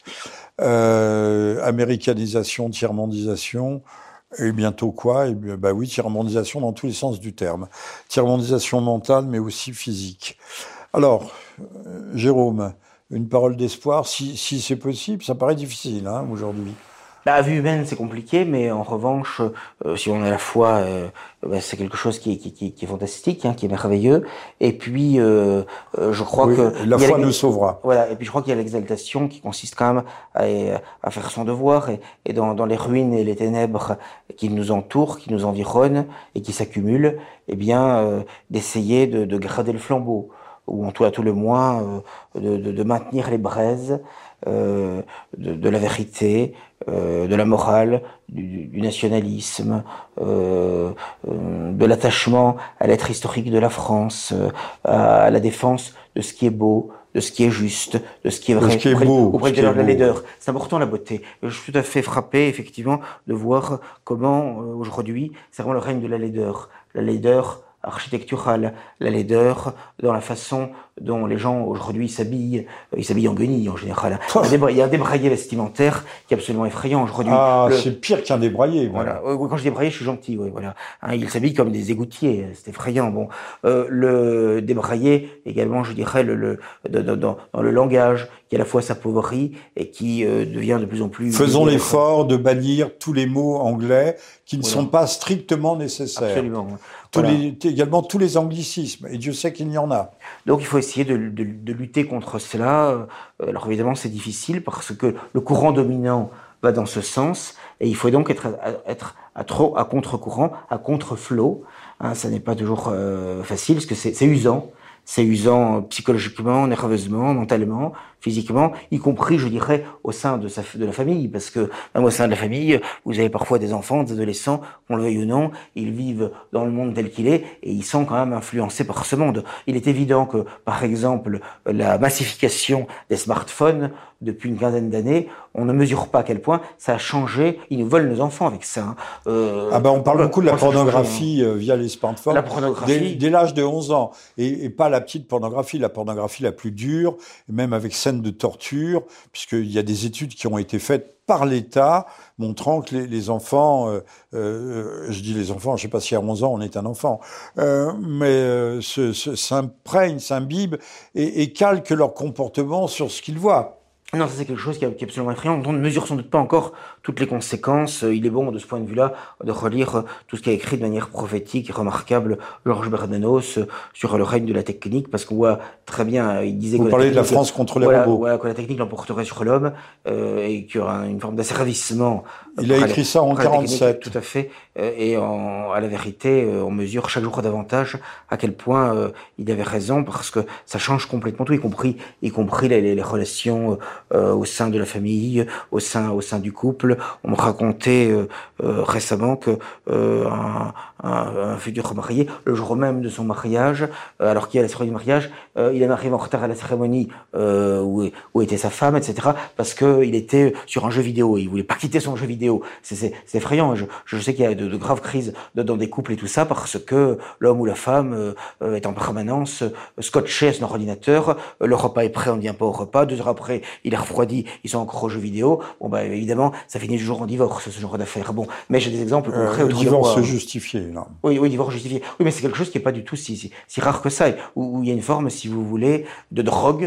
Euh, américanisation, tiers-mondisation. Et bientôt quoi? Et bien, bah oui, tiers-mondisation dans tous les sens du terme. Tiers-mondisation mentale, mais aussi physique. Alors, euh, Jérôme, une parole d'espoir, si, si c'est possible, ça paraît difficile hein, aujourd'hui. Bah, à vue humaine, c'est compliqué, mais en revanche, euh, si on a la foi, euh, bah, c'est quelque chose qui est, qui, qui, qui est fantastique, hein, qui est merveilleux. Et puis, euh, euh, je crois oui, que la foi nous sauvera. Voilà. Et puis, je crois qu'il y a l'exaltation qui consiste quand même à, à faire son devoir et, et dans, dans les ruines et les ténèbres qui nous entourent, qui nous environnent et qui s'accumulent, eh bien, euh, d'essayer de, de grader le flambeau, ou en tout à tout le moins euh, de, de, de maintenir les braises euh, de, de la vérité, euh, de la morale, du, du nationalisme, euh, euh, de l'attachement à l'être historique de la France, euh, à la défense de ce qui est beau, de ce qui est juste, de ce qui est vrai, ce qui est beau, auprès de la laideur. C'est important la beauté. Je suis tout à fait frappé, effectivement, de voir comment euh, aujourd'hui, c'est vraiment le règne de la laideur. La laideur architecturale, la laideur dans la façon dont les gens aujourd'hui s'habillent. Ils s'habillent en guenilles en général. Il y a un débraillé, il y a un débraillé vestimentaire qui est absolument effrayant aujourd'hui. Ah, le... c'est pire qu'un débraillé. Voilà. voilà. Quand je dis débraillé, je suis gentil. Oui, voilà. Hein, ils s'habillent comme des égoutiers. C'est effrayant. Bon, euh, le débraillé également, je dirais, le, le de, de, dans, dans le langage qui à la fois s'appauvrit et qui euh, devient de plus en plus. Faisons l'effort de bannir tous les mots anglais qui ne voilà. sont pas strictement nécessaires. Absolument. Tous voilà. les, également tous les anglicismes, et Dieu sait qu'il y en a. Donc il faut essayer de, de, de lutter contre cela. Alors évidemment c'est difficile parce que le courant dominant va dans ce sens, et il faut donc être à, être à trop à contre-courant, à contre-flot. Hein, ça n'est pas toujours euh, facile parce que c'est, c'est usant. C'est usant psychologiquement, nerveusement, mentalement, physiquement, y compris, je dirais, au sein de, sa, de la famille, parce que même au sein de la famille, vous avez parfois des enfants, des adolescents, qu'on le veuille ou non, ils vivent dans le monde tel qu'il est, et ils sont quand même influencés par ce monde. Il est évident que, par exemple, la massification des smartphones, depuis une quinzaine d'années, on ne mesure pas à quel point ça a changé. Ils nous volent nos enfants avec ça. Euh, ah ben on parle beaucoup de la pornographie changé, hein. via les smartphones. La pornographie. Dès, dès l'âge de onze ans. Et, et pas la petite pornographie, la pornographie la plus dure, même avec scènes de torture, puisqu'il y a des études qui ont été faites par l'État, montrant que les, les enfants, euh, euh, je dis les enfants, je ne sais pas si à onze ans on est un enfant, euh, mais euh, se, se, s'imprègnent, s'imbibent et, et calquent leur comportement sur ce qu'ils voient. Non, ça c'est quelque chose qui est absolument effrayant. On ne mesure sans doute pas encore toutes les conséquences. Il est bon, de ce point de vue-là, de relire tout ce qu'a écrit de manière prophétique et remarquable Georges Bernanos sur le règne de la technique, parce qu'on voit très bien, il disait Vous que parlez de la France contre les voilà, robots. Voilà, que la technique l'emporterait sur l'homme, euh, et qu'il y aura une forme d'asservissement. Il a écrit ça en quarante-sept. Tout à fait. Et en, à la vérité, on mesure chaque jour davantage à quel point euh, il avait raison, parce que ça change complètement tout, y compris, y compris les, les, les relations euh, au sein de la famille, au sein, au sein du couple. On me racontait euh, euh, récemment que euh, un, un, un futur marié, le jour même de son mariage, euh, alors qu'il y a la cérémonie du mariage, euh, il est arrivé en retard à la cérémonie euh, où, où était sa femme, et cetera, parce que il était sur un jeu vidéo. Il voulait pas quitter son jeu vidéo. C'est, c'est, c'est effrayant. Je, je sais qu'il y a de, de graves crises de, dans des couples et tout ça, parce que l'homme ou la femme euh, est en permanence euh, scotché à son ordinateur. Euh, le repas est prêt, on ne vient pas au repas. Deux heures après, il est refroidi, ils sont encore aux jeux vidéo. Bon, bah, évidemment, ça finit toujours en divorce, ce genre d'affaires. Bon, mais j'ai des exemples concrets. Euh, divorce justifié, là. Oui, oui, divorce justifié. Oui, mais c'est quelque chose qui est pas du tout si, si, si rare que ça, où, où il y a une forme, si vous voulez, de drogue,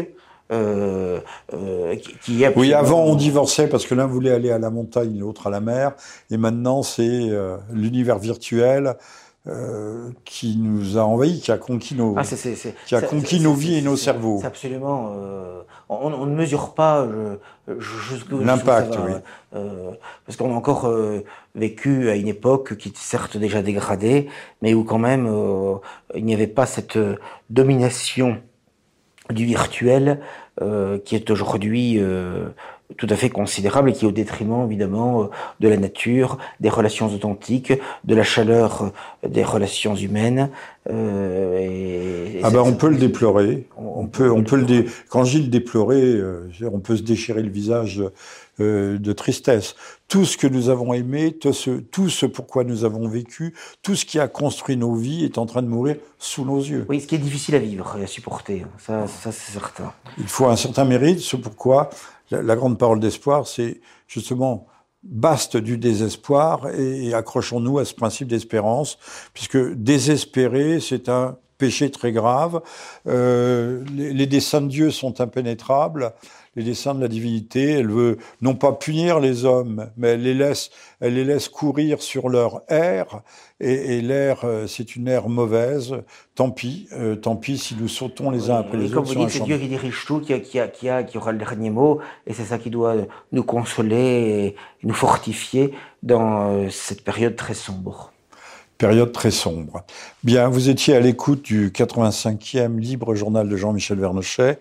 Euh, euh, qui, qui est oui, avant on divorçait parce que l'un voulait aller à la montagne, l'autre à la mer, et maintenant c'est euh, l'univers virtuel euh, qui nous a envahis, qui a conquis nos, ah, c'est, c'est, c'est, qui a c'est, conquis c'est, nos c'est, vies et nos c'est, cerveaux. C'est absolument. Euh, on, on ne mesure pas je, je, jusqu'où l'impact, ça va, oui. Euh, parce qu'on a encore euh, vécu à une époque qui est certes déjà dégradée, mais où quand même euh, il n'y avait pas cette domination du virtuel euh, qui est aujourd'hui euh, tout à fait considérable et qui est au détriment évidemment euh, de la nature, des relations authentiques, de la chaleur euh, des relations humaines. Euh, et, et ah ben on peut le déplorer. On, on peut, on peut le dé... Quand je dis le déplorer, euh, on peut se déchirer le visage euh, de tristesse. Tout ce que nous avons aimé, tout ce, tout ce pourquoi nous avons vécu, tout ce qui a construit nos vies est en train de mourir sous nos yeux. Oui, ce qui est difficile à vivre et à supporter, ça, ça c'est certain. Il faut un certain mérite, c'est pourquoi la, la grande parole d'espoir, c'est justement baste du désespoir et, et accrochons-nous à ce principe d'espérance, puisque désespérer, c'est un péché très grave. Euh, les, les desseins de Dieu sont impénétrables. Les desseins de la divinité, elle veut non pas punir les hommes, mais elle les laisse, elle les laisse courir sur leur ère. Et, et l'ère, c'est une ère mauvaise. Tant pis, euh, tant pis si nous sautons les uns après les et comme autres. vous dites, c'est Dieu qui dirige tout, qui, a, qui, a, qui, a, qui aura le dernier mot, et c'est ça qui doit nous consoler et nous fortifier dans cette période très sombre. Période très sombre. Bien, vous étiez à l'écoute du quatre-vingt-cinquième Libre Journal de Jean-Michel Vernochet.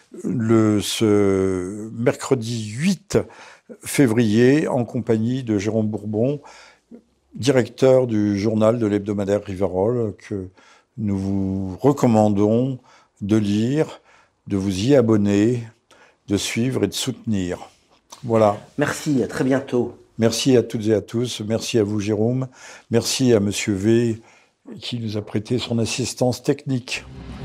Le, ce mercredi huit février, en compagnie de Jérôme Bourbon, directeur du journal de l'hebdomadaire Rivarol, que nous vous recommandons de lire, de vous y abonner, de suivre et de soutenir. Voilà. Merci, à très bientôt. Merci à toutes et à tous. Merci à vous, Jérôme. Merci à Monsieur V, qui nous a prêté son assistance technique.